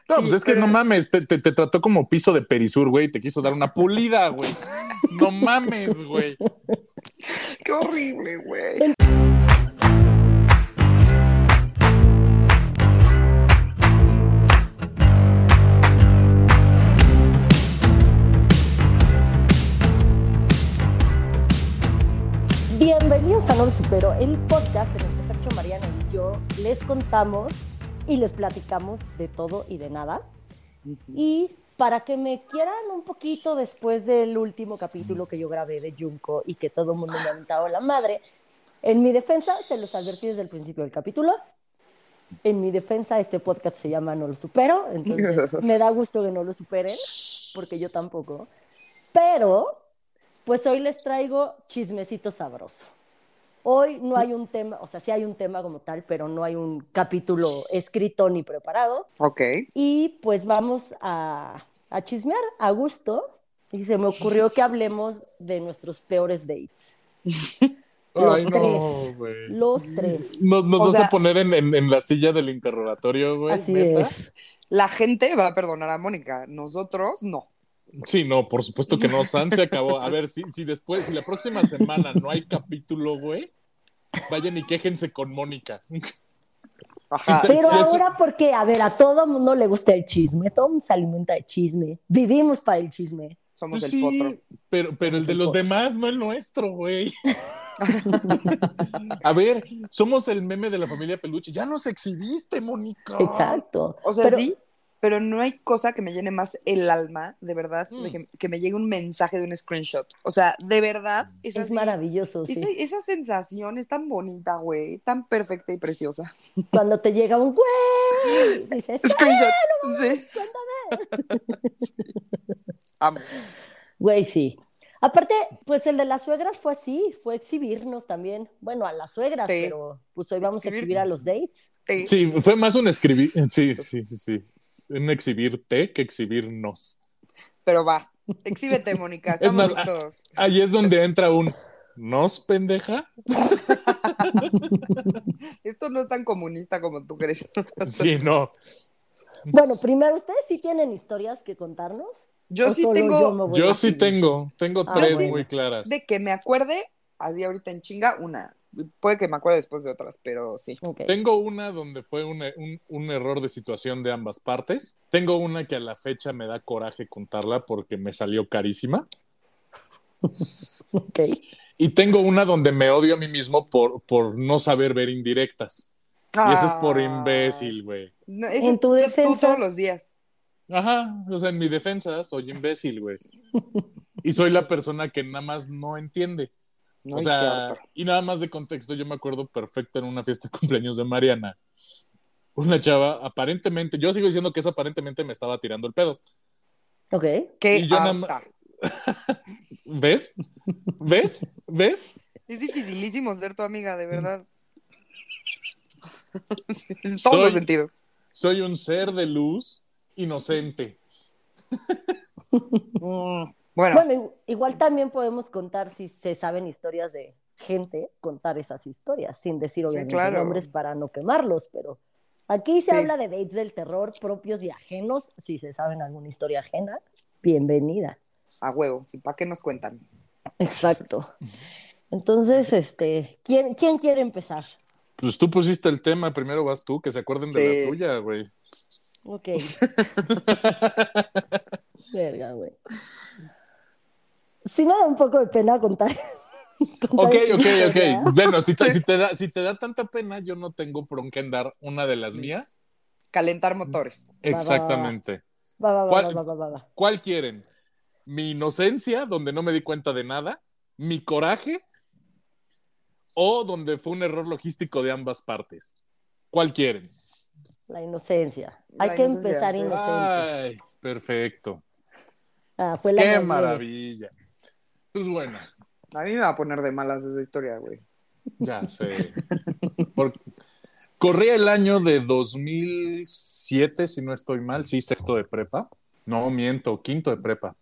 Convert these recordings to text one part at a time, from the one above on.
No, pues Sí, es que no mames, te trató como piso de Perisur, güey, te quiso dar una pulida, güey. No mames, güey. qué horrible, güey. Bienvenidos a No Lo Supero, el podcast en el que Fercho, Mariana y yo les contamos y les platicamos de todo y de nada. Y para que me quieran un poquito después del último capítulo que yo grabé de Junko y que todo el mundo me ha mentado la madre, en mi defensa, se los advertí desde el principio del capítulo, en mi defensa este podcast se llama No Lo Supero, entonces me da gusto que no lo superen, porque yo tampoco. Pero, pues hoy les traigo chismecito sabroso. Hoy no hay un tema, o sea, sí hay un tema como tal, pero no hay un capítulo escrito ni preparado. Ok. Y pues vamos a chismear a gusto. Y se me ocurrió que hablemos de nuestros peores dates. Los Ay, tres. no, güey. Los tres. Nos O vas sea, a poner en la silla del interrogatorio, güey, Así neta. es. la gente va a perdonar a Mónica, nosotros no. Sí, no, por supuesto que no, San se acabó. A ver, si después, si la próxima semana no hay capítulo, güey, vayan y quéjense con Mónica. Ajá. Pero Sí, ahora, porque, a ver, a todo mundo le gusta el chisme, todo mundo se alimenta de chisme, vivimos para el chisme. Somos pues el potro. sí, pero Somos el de el los potro. demás, no el nuestro, güey. A ver, somos el meme de la familia Peluche. Ya nos exhibiste, Mónica. Exacto. O sea, Pero, sí, pero no hay cosa que me llene más el alma, de verdad, de que me llegue un mensaje de un screenshot. O sea, de verdad, es es así. maravilloso, sí. Esa sensación es tan bonita, güey, tan perfecta y preciosa. Cuando te llega un güey, dices, ¿qué? Screenshot, No, sí. cuéntame. Amo. Güey, sí. Aparte, pues el de las suegras fue así, fue exhibirnos también. Bueno, a las suegras, Sí. pero pues hoy vamos a Escribir. exhibir a los dates. Sí. Sí, fue más un escribir. Sí. Un exhibirte que exhibirnos. Pero va, exhíbete, Mónica, Es estamos más, listos. ahí es donde entra un ¿nos, pendeja? Esto no es tan comunista como tú crees. Sí, no. Bueno, primero, ¿ustedes sí tienen historias que contarnos? Yo ¿O sí solo yo tengo, me voy a Yo sí exhibir? tengo Ah, tres sí, muy bueno. claras. de que me acuerde, así ahorita en chinga, una. Puede que me acuerde después de otras, pero sí. Ok. Tengo una donde fue un error de situación de ambas partes. Tengo una que a la fecha me da coraje contarla porque me salió carísima. Ok. Y tengo una donde me odio a mí mismo por no saber ver indirectas. Y eso es por Ah, imbécil, güey. no, ese En es tu tú defensa, todos los días. Ajá, o sea, en mi defensa soy imbécil, güey. Y soy la persona que nada más no entiende. O Ay, qué sea, harto. y nada más de contexto, yo me acuerdo perfecto en una fiesta de cumpleaños de Mariana. Una chava, aparentemente, yo sigo diciendo que esa aparentemente me estaba tirando el pedo. ok. Qué Y yo nada más, harta. ¿ves? ¿Ves? ¿Ves? Es dificilísimo ser tu amiga, de verdad. En todos los Soy, sentidos. soy un ser de luz inocente. Bueno, Bueno, igual también podemos contar si se saben historias de gente, contar esas historias, sin decir sí, obviamente claro. nombres para no quemarlos, pero aquí se Sí. habla de dates del terror propios y ajenos. Si se saben alguna historia ajena, bienvenida. A huevo, sí, ¿para qué nos cuentan? Exacto. Entonces, ¿quién quiere empezar? Pues tú pusiste el tema, primero vas tú, que se acuerden de la Sí. tuya, güey. Ok. Verga, güey. Sí me da un poco de pena contar. Ok. esta historia. Bueno, si te da tanta pena, yo no tengo bronca en dar una de las mías. Calentar motores. Exactamente. Va. ¿Cuál, cuál quieren? ¿Mi inocencia, donde no me di cuenta de nada? ¿Mi coraje? ¿O donde fue un error logístico de ambas partes? ¿Cuál quieren? La inocencia. Hay La que inocencia, empezar sí. inocentes. Ay, perfecto. Fue la Qué más leve. maravilla. Pues bueno, A mí me va a poner de malas esa historia, güey. ya sé. Corría el año de 2007, si no estoy mal, sí, sexto de prepa. No, miento, quinto de prepa.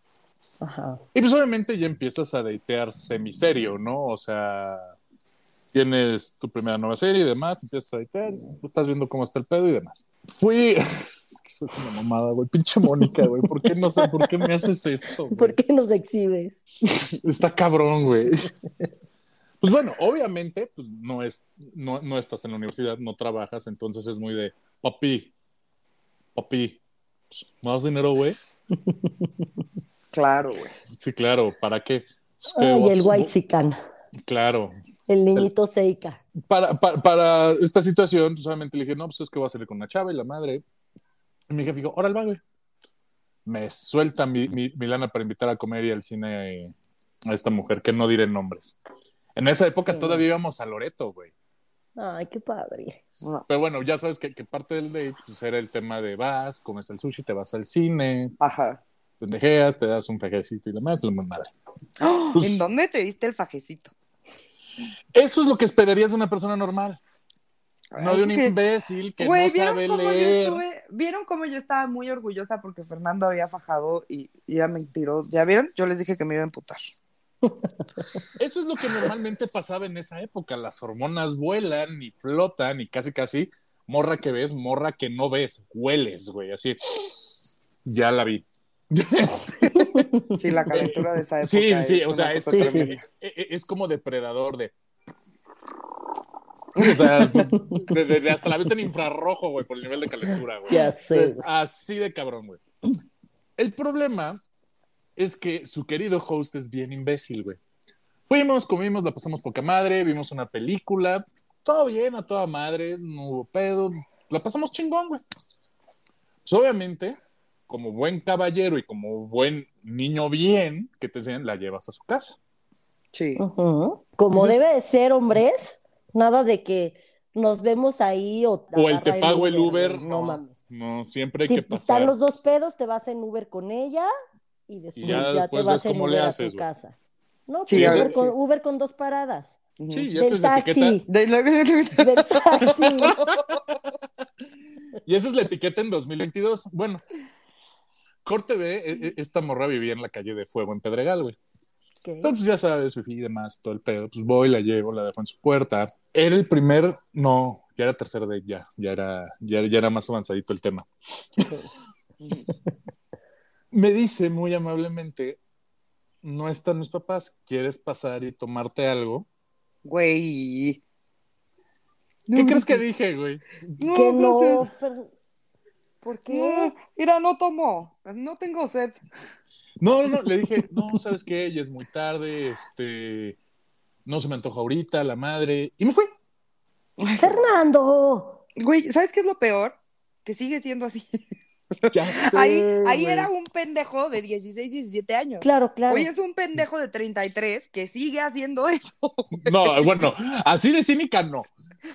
Ajá. Y pues obviamente ya empiezas a datear semiserio, ¿no? O sea, tienes tu primera nueva serie y demás, empiezas a editar, estás viendo cómo está el pedo y demás. Fui... Es que eso es una mamada, güey. Pinche Mónica, güey. ¿Por qué no sé? ¿Por qué me haces esto, güey? ¿Por qué nos exhibes? Está cabrón, güey. Pues bueno, obviamente, pues no estás en la universidad, no trabajas, entonces es muy de, papi, pues, más dinero, güey. Claro, güey. Sí, claro, ¿para qué? Es que Ay, el vas- whitezican, Claro. el niñito Seika. Para esta situación, pues obviamente le dije, no, pues es que voy a salir con una chava y la madre. Y mi jefe dijo, órale, va, güey. Me suelta mi lana para invitar a comer y al cine a esta mujer, que no diré nombres. En esa época Sí. todavía íbamos a Loreto, güey. Ay, qué padre. No. Pero bueno, ya sabes que parte del date pues, era el tema de vas, comes el sushi, te vas al cine, Ajá. pendejeas, te das un fajecito y demás, la madre. ¡Oh! Pues- ¿En dónde te diste el fajecito? Eso es lo que esperarías de una persona normal, no de un Ay, que- imbécil que Güey, no sabe leer. ¿vieron cómo yo estaba muy orgullosa porque Fernando había fajado y ya me tiró? ¿Ya vieron? Yo les dije que me iba a emputar. Eso es lo que normalmente pasaba en esa época. Las hormonas vuelan y flotan y casi, morra que ves, morra que no ves, hueles, güey, así. Ya la vi. Sí, la calentura de esa época. Sí, es o sea, una es, cosa Sí, sí. tremenda. es como depredador de... O sea, hasta la ves en infrarrojo, güey, por el nivel de calentura, güey. Ya sé, güey. Así de cabrón, güey. El problema es que su querido host es bien imbécil, güey. Fuimos, comimos, la pasamos poca madre, vimos una película, todo bien, a toda madre, no hubo pedo, la pasamos chingón, güey. Pues obviamente, como buen caballero y como buen niño bien que te enseñan, la llevas a su casa. Sí. Ujú. Como Pues es- debe de ser, hombres, nada de que nos vemos ahí o O el te agarra pago el Uber, güey, no mames. no, siempre hay Si que están pasar. los dos pedos, te vas en Uber con ella y después ya ya, después te vas ves en cómo Uber le a haces, tu güey. casa. No, Sí, pues a Uber ver, con, sí. Uber con 2 paradas. Ujú. Sí, y esa Del es la etiqueta. taxi. De- Del taxi. Y esa es la etiqueta en 2022. Bueno, corte B, esta morra vivía en la calle de Fuego en Pedregal, güey. ¿Qué? Entonces, pues ya sabes, fifí y demás, todo el pedo. Pues voy, la llevo, la dejo en su puerta. Era el primer, no, ya era tercer date, ya era más avanzadito el tema. Me dice muy amablemente, no están mis papás, ¿quieres pasar y tomarte algo? Güey. ¿Qué No, crees que gracias. dije, güey? No, Que no, gracias. ¿por qué? No, mira, no tomo. No tengo sed. No, le dije, no, ¿sabes qué? Ya es muy tarde, no se me antoja ahorita, la madre. Y me fui. Fernando. Güey, ¿sabes qué es lo peor? Que sigue siendo así. Ya sé, Ahí güey. era un pendejo de 16, 17 años. Claro, claro. Hoy es un pendejo de 33 que sigue haciendo eso. No, bueno, así de cínica no.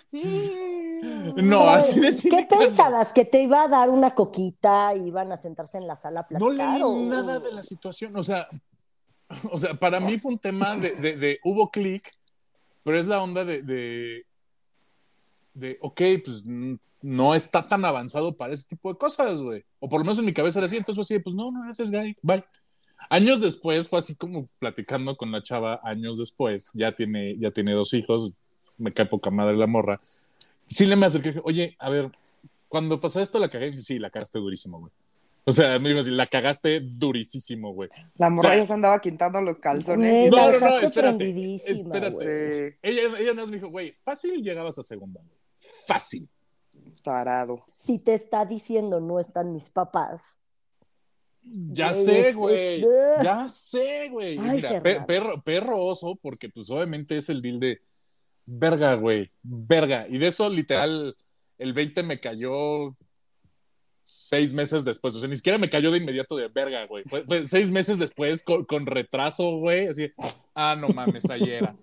No, Pero, así de ¿qué cínica no. pensabas? ¿Que te iba a dar una coquita y iban a sentarse en la sala a No platicar? leí o- nada de la situación. O sea, para mí fue un tema de hubo clic, pero es la onda de ok, pues no está tan avanzado para ese tipo de cosas, güey. O por lo menos en mi cabeza era así, entonces fue así, pues no, gracias, guy, bye. Años después fue así como platicando con la chava, años después, ya tiene 2 hijos, me cae poca madre la morra. Sí le me acerqué, dije, oye, a ver, cuando pasó esto la cagué, sí, la cagaste durísimo, güey. O sea, me dijo así, la cagaste durísimo, güey. La morra O sea, ya se andaba quintando los calzones. Güey, y la No, dejaste espérate. prendidísima, Espérate. güey. Sí, Ella nada más me dijo, güey, fácil llegabas a segunda, güey. Fácil. tarado. Si te está diciendo no están mis papás. Ya Güey, sé, es- güey. es- Ya sé, güey. Ay, Mira, Fernando. perro oso, porque pues obviamente es el deal de verga, güey. Verga. Y de eso, literal, el 20 me cayó 6 meses después. O sea, ni siquiera me cayó de inmediato de verga, güey. Fue 6 meses después con retraso, güey. Así, no mames, ayer era.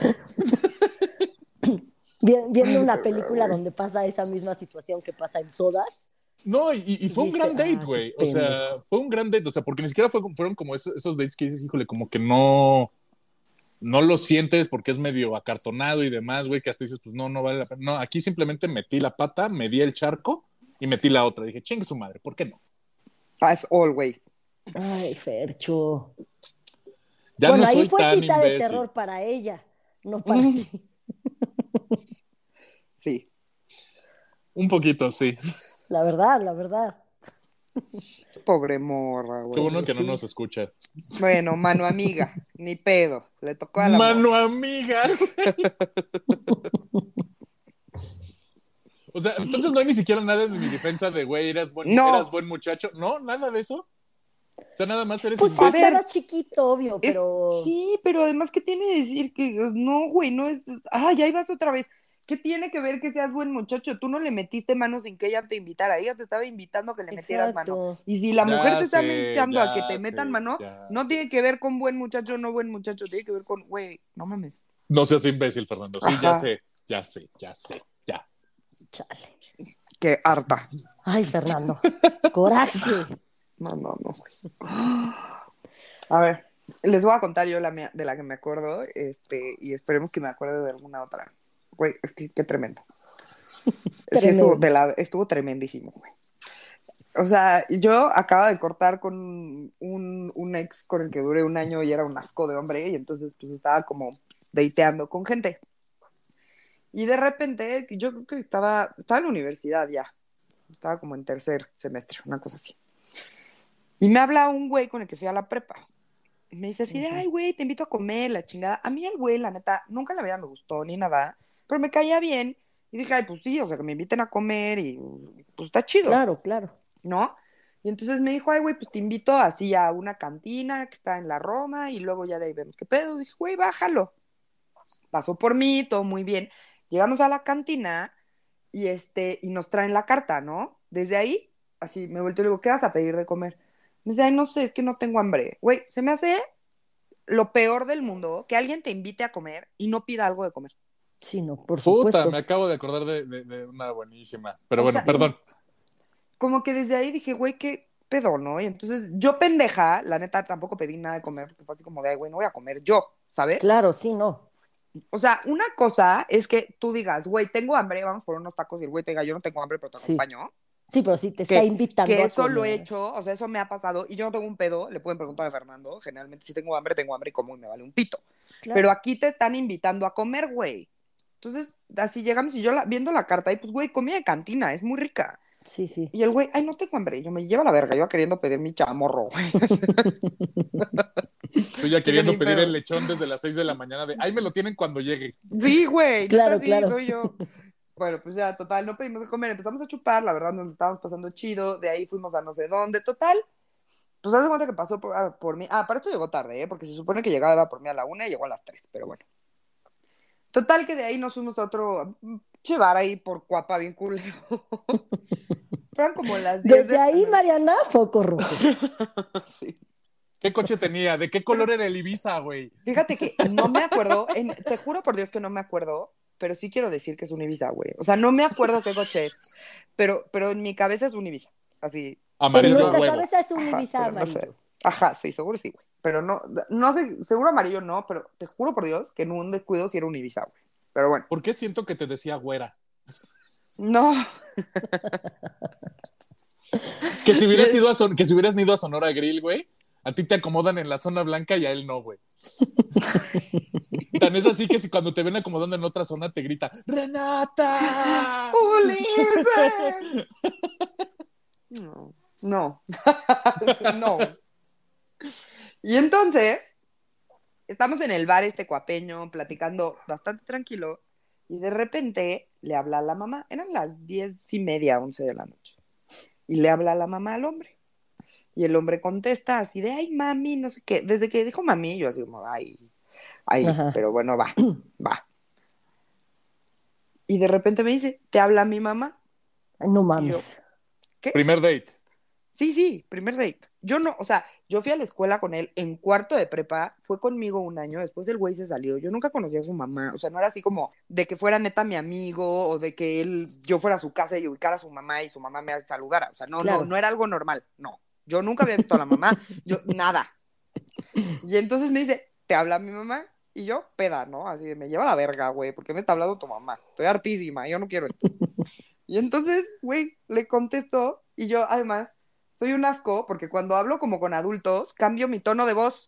Viendo una película donde pasa esa misma situación que pasa en Sodas. No, y fue un Dijiste, gran date, qué güey. O sea, pendejo. fue un gran date. O sea, porque ni siquiera fueron como esos dates que dices, híjole, como que no lo sientes porque es medio acartonado y demás, güey, que hasta dices, pues no vale la pena. No, aquí simplemente metí la pata, me di el charco y metí la otra. Dije, chingue su madre, ¿por qué no? As always. Ay, Ya bueno, no ahí soy fue tan cita de imbécil. terror para ella, no para ti. Sí. Un poquito, sí. La verdad, la verdad. Pobre morra, Qué güey. bueno que no Sí. nos escucha. Bueno, mano amiga, ni pedo. Le tocó a la Mano amiga. O sea, entonces no hay ni siquiera nada en mi defensa de, güey, eras No. buen muchacho. No, nada de eso. O sea, nada más eres Pues sí, A ver, estabas chiquito, obvio, pero sí, pero además, ¿qué tiene que decir que no, güey, no es? Ah, ya ibas otra vez. ¿Qué tiene que ver que seas buen muchacho? Tú no le metiste mano sin que ella te invitara. Ella te estaba invitando a que le metieras mano. exacto. Y si la mujer te está invitando a que te Ya metan sé, mano, ya no sé. tiene que ver con buen muchacho o no buen muchacho. Tiene que ver con, güey, no mames. No seas imbécil, Fernando. Sí, Ajá. ya. Chale. Qué harta. Ay, Fernando. Coraje. No, güey. A ver, les voy a contar yo de la que me acuerdo, y esperemos que me acuerde de alguna otra. Güey, es que qué tremendo. Sí, estuvo tremendísimo, güey. O sea, yo acaba de cortar con un ex con el que duré 1 año y era un asco de hombre, y entonces pues estaba como dateando con gente. Y de repente, yo creo que estaba en la universidad ya. Estaba como en tercer semestre, una cosa así. Y me habla un güey con el que fui a la prepa. Y me dice así de, ay, güey, te invito a comer, la chingada. A mí el güey, la neta, nunca en la vida me gustó ni nada, pero me caía bien. Y dije, ay, pues sí, o sea, que me inviten a comer y pues está chido, Claro, claro. ¿no? Y entonces me dijo, ay, güey, pues te invito así a una cantina que está en la Roma y luego ya de ahí vemos qué pedo. Dije, güey, bájalo. Pasó por mí, todo muy bien. Llegamos a la cantina y nos traen la carta, ¿no? Desde ahí, así me volteo y le digo, ¿qué vas a pedir de comer? Me dice, ay, no sé, es que no tengo hambre. Güey, se me hace lo peor del mundo que alguien te invite a comer y no pida algo de comer. Sí, no, por Puta, supuesto. me acabo de acordar de una buenísima. Pero O bueno, sea, perdón. como que desde ahí dije, güey, qué pedo, ¿no? Y entonces yo pendeja, la neta, tampoco pedí nada de comer, porque fue así como de, ay, güey, no voy a comer yo, ¿sabes? Claro, sí, no. O sea, una cosa es que tú digas, güey, tengo hambre, vamos por unos tacos, y el güey te diga, yo no tengo hambre, pero te Sí. acompaño. Sí, pero sí te está invitando Que a eso lo he comer. hecho, o sea, eso me ha pasado, y yo no tengo un pedo, le pueden preguntar a Fernando, generalmente si tengo hambre y como y me vale un pito. Claro. Pero aquí te están invitando a comer, güey. Entonces, así llegamos y yo viendo la carta y pues, güey, comida de cantina, es muy rica. Sí, sí. Y el güey, ay, no tengo hambre. Y yo me lleva la verga, yo queriendo pedir mi chamorro, güey. Estoy ya queriendo Ni pedir pedo. el lechón desde las 6 de la mañana de, ahí me lo tienen cuando llegue. Sí, güey, Claro, neta, sí, claro. soy yo. Bueno, pues ya, total, no pedimos de comer, empezamos a chupar, la verdad nos estábamos pasando chido, de ahí fuimos a no sé dónde, total. Pues haz de cuenta que pasó por mí. Ah, para esto llegó tarde, ¿eh? Porque se supone que llegaba por mí a la 1 y llegó a las 3, pero bueno. Total que de ahí nos fuimos a otro chevar ahí por Cuapa, bien culero. Fueron como las 10 Desde ahí, Mariana, foco rojo. Sí. ¿Qué coche tenía? ¿De qué color era el Ibiza, güey? Fíjate que no me acuerdo, te juro por Dios que no me acuerdo, pero sí quiero decir que es un Ibiza, güey. O sea, no me acuerdo qué coche es, pero en mi cabeza es un Ibiza, así. En Amarillo a nuestra huevo. cabeza es un Ajá, Ibiza pero no amarillo. sé. Ajá, sí, seguro sí, güey. Pero no sé, seguro amarillo no, pero te juro por Dios que en un descuido sí era un Ibiza, güey. Pero bueno. ¿Por qué siento que te decía güera? No. Que si hubieras ido que si hubieras ido a Sonora Grill, güey, a ti te acomodan en la zona blanca y a él no, güey. Tan es así que si cuando te ven acomodando en otra zona te grita, ¡Renata! ¡Ulises! No. No. No. Y entonces, estamos en el bar este cuapeño, platicando bastante tranquilo, y de repente le habla a la mamá. Eran las 10:30, 11 de la noche. Y le habla a la mamá al hombre. Y el hombre contesta así de, ay, mami, no sé qué. Desde que dijo mami, yo así como, ay, Ajá. pero bueno, va. Y de repente me dice, ¿te habla mi mamá? Ay, no Y yo, mames. ¿qué? Primer date. Sí, primer date. Yo no, o sea, yo fui a la escuela con él en cuarto de prepa, fue conmigo 1 año, después el güey se salió, yo nunca conocí a su mamá, o sea, no era así como de que fuera neta mi amigo o de que yo fuera a su casa y ubicara a su mamá y su mamá me saludara, o sea, Claro. no era algo normal, no. Yo nunca había visto a la mamá, nada. Y entonces me dice, ¿te habla mi mamá? Y yo, peda, ¿no? Así de, me lleva la verga, güey, ¿por qué me está hablando tu mamá? Estoy hartísima, yo no quiero esto. Y entonces, güey, le contestó y yo, además, soy un asco porque cuando hablo como con adultos, cambio mi tono de voz.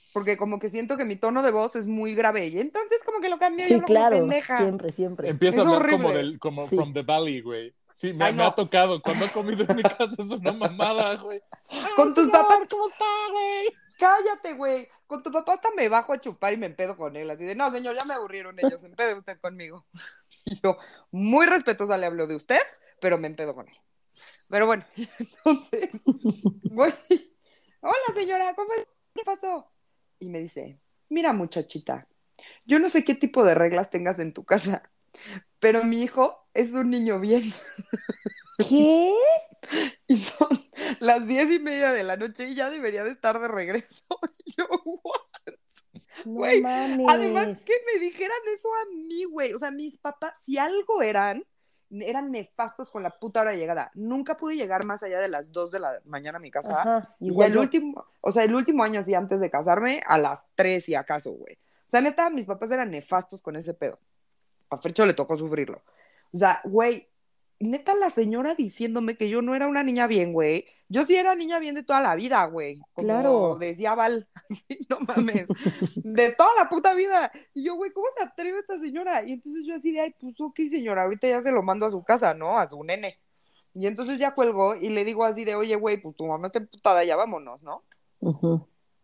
porque como que siento que mi tono de voz es muy grave. Y entonces como que lo cambié y Sí, hablo como claro, pendeja. siempre. Empieza a Es hablar como horrible. como Sí. from the valley, güey. Sí, Ay, me ha no. tocado. Cuando he comido en mi casa es una mamada, güey. Con tus papás. ¿Cómo está, güey? Cállate, güey. Con tu papá hasta me bajo a chupar y me empedo con él. Así de, no, señor, ya me aburrieron ellos. Empede usted conmigo. Y yo, muy respetuosa, le hablo de usted, pero me empedo con él. Pero bueno, entonces, güey. Hola, señora, ¿cómo es? ¿Qué pasó? Y me dice, mira, muchachita, yo no sé qué tipo de reglas tengas en tu casa, pero mi hijo es un niño bien. ¿Qué? Y son las 10:30 de la noche y ya debería de estar de regreso. Y yo, "What?". No Güey, mames. además que me dijeran eso a mí, güey. O sea, mis papás, si algo eran nefastos con la puta hora de llegada. Nunca pude llegar más allá de las 2 de la mañana a mi casa. Ajá, Y igual el yo. último, o sea, el último año así antes de casarme, a las 3 y acaso, güey. O sea, neta, mis papás eran nefastos con ese pedo. A Fercho le tocó sufrirlo. O sea, güey, neta la señora diciéndome que yo no era una niña bien, güey. Yo sí era niña bien de toda la vida, güey. Como Claro. decía Val. Sí, no mames. De toda la puta vida. Y yo, güey, ¿cómo se atreve esta señora? Y entonces yo así de, ay, pues ok, señora, ahorita ya se lo mando a su casa, ¿no? A su nene. Y entonces ya cuelgo y le digo así de, oye, güey, pues tu mamá está emputada, ya vámonos, ¿no? Ujú.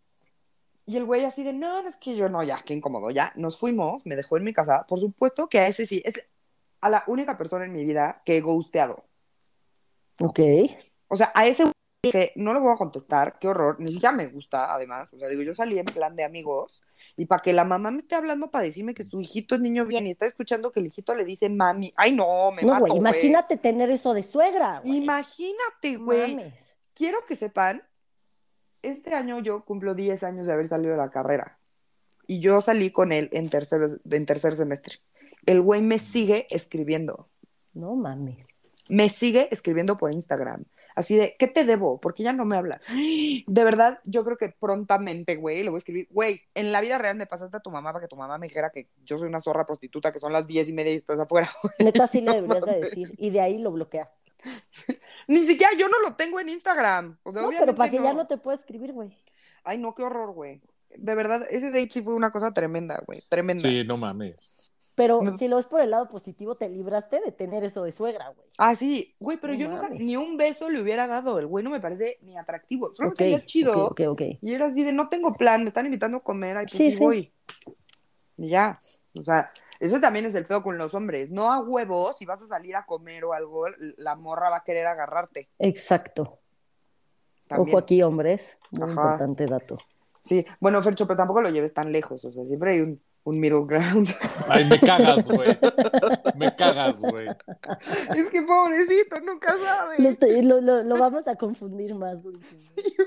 Y el güey así de, no, no es que yo no, ya, qué incómodo, ya. Nos fuimos, me dejó en mi casa. Por supuesto que a ese sí, es a la única persona en mi vida que he ghosteado. Ok. O sea, a ese dije, no le voy a contestar, qué horror, ni siquiera me gusta, además. O sea, digo, yo salí en plan de amigos y para que la mamá me esté hablando para decirme que su hijito es niño bien y está escuchando que el hijito le dice mami. Ay, no, me No, mato, güey, güey. imagínate tener eso de suegra, güey. Imagínate, No güey. mames. Quiero que sepan, este año yo cumplo 10 años de haber salido de la carrera y yo salí con él en tercer semestre. El güey me sigue escribiendo. No mames. Me sigue escribiendo por Instagram. Así de, ¿qué te debo? Porque ya no me hablas. De verdad, yo creo que prontamente, güey, le voy a escribir, güey, en la vida real me pasaste a tu mamá para que tu mamá me dijera que yo soy una zorra prostituta, que son las 10:30 y estás afuera. Güey. Neta sí le No deberías de mames. decir. Y de ahí lo bloqueas. Ni siquiera yo no lo tengo en Instagram. O sea, No, obviamente pero para que no. ya no te pueda escribir, güey. Ay, no, qué horror, güey. De verdad, ese date sí fue una cosa tremenda, güey. Tremenda. Sí, no mames. Pero No- si lo ves por el lado positivo, te libraste de tener eso de suegra, güey. Ah, sí, güey, pero No yo nunca mames. ni un beso le hubiera dado. El güey no me parece ni atractivo. Solo me Ok, caía chido. ok. Y era así de, no tengo plan, me están invitando a comer, ay, pues Sí, sí, sí. voy. Y ya. O sea, ese también es el pedo con los hombres. No a huevos, si vas a salir a comer o algo, la morra va a querer agarrarte. Exacto. También. Ojo aquí, hombres. Muy Ajá. importante dato. Sí, bueno, Fercho, pero tampoco lo lleves tan lejos. O sea, siempre hay un middle ground. Ay, me cagas, güey. Me cagas, güey. Es que pobrecito, nunca sabe. Lo vamos a confundir más, Dulce.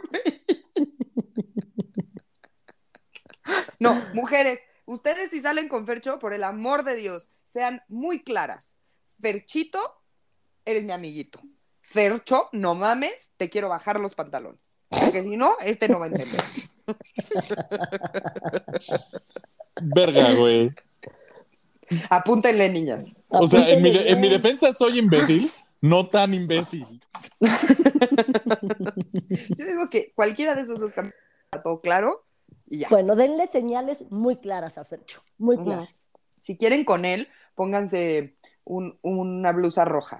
No, mujeres, ustedes si salen con Fercho, por el amor de Dios, sean muy claras. Ferchito, eres mi amiguito. Fercho, no mames, te quiero bajar los pantalones. Porque si no, este no va a entender. Verga, güey. Apúntenle, niñas. O sea, en mi Apúntenle. defensa soy imbécil, no tan imbécil. Yo digo que cualquiera de esos dos caminos está todo claro y ya. Bueno, denle señales muy claras a Fercho. Muy Ujú. claras. Si quieren con él, pónganse una blusa roja.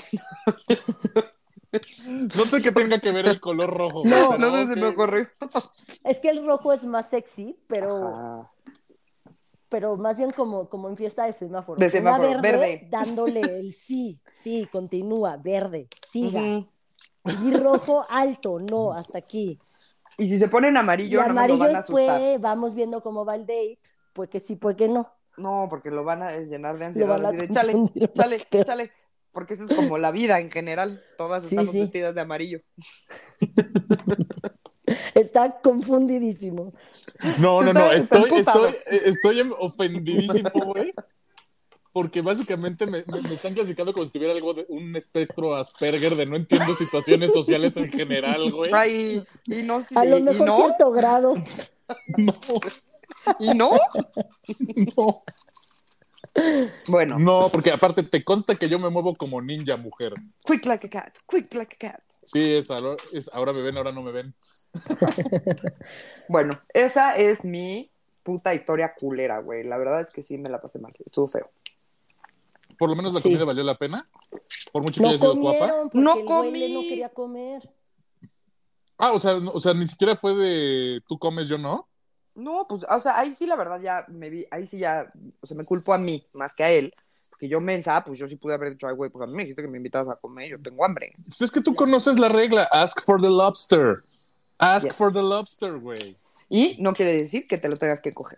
No sé qué tenga que ver el color rojo. güey, No, pero No sé, se me ok. ocurrió. Es que el rojo es más sexy, pero Ajá. más bien como en fiesta de semáforo. De semáforo, Una verde. dándole el sí, continúa, verde, siga. Ujú. Y rojo alto, no, hasta aquí. Y si se ponen Y amarillo, no me lo amarillo van a asustar. fue, vamos viendo cómo va el date, pues que sí, pues que no. No, porque lo van a llenar de Lo ansiedad. van a Así de, chale, confundir chale, más que- chale. Porque eso es como la vida en general. Todas Sí, estamos sí. vestidas de amarillo. Está confundidísimo. No, Se no, no, está emputado. estoy ofendidísimo, güey. Porque básicamente me están clasificando como si tuviera algo de un espectro Asperger de no entiendo situaciones sociales en general, güey. Ay, y no, A lo y mejor no, cierto grado. No, y no. no. Bueno, No, porque aparte te consta que yo me muevo como ninja, mujer. quick like a cat, quick like a cat. Sí, ahora me ven, ahora no me ven. Bueno, esa es mi puta historia culera, güey. La verdad es que sí me la pasé mal. Estuvo feo. Por lo menos la comida Sí. valió la pena, por mucho que No haya sido guapa. comieron porque ¡No el güey no comí! quería comer. Ah, o sea, ni siquiera fue de tú comes, yo no. No, pues, o sea, ahí sí la verdad ya me vi, ahí sí ya, o sea, me culpo a mí más que a él. Porque yo mensa, pues yo sí pude haber dicho, ay, güey, pues a mí me dijiste que me invitabas a comer, yo tengo hambre. Pues es que tú conoces la regla. Ask for the lobster. Ask Yes. for the lobster, güey. Y no quiere decir que te lo tengas que coger.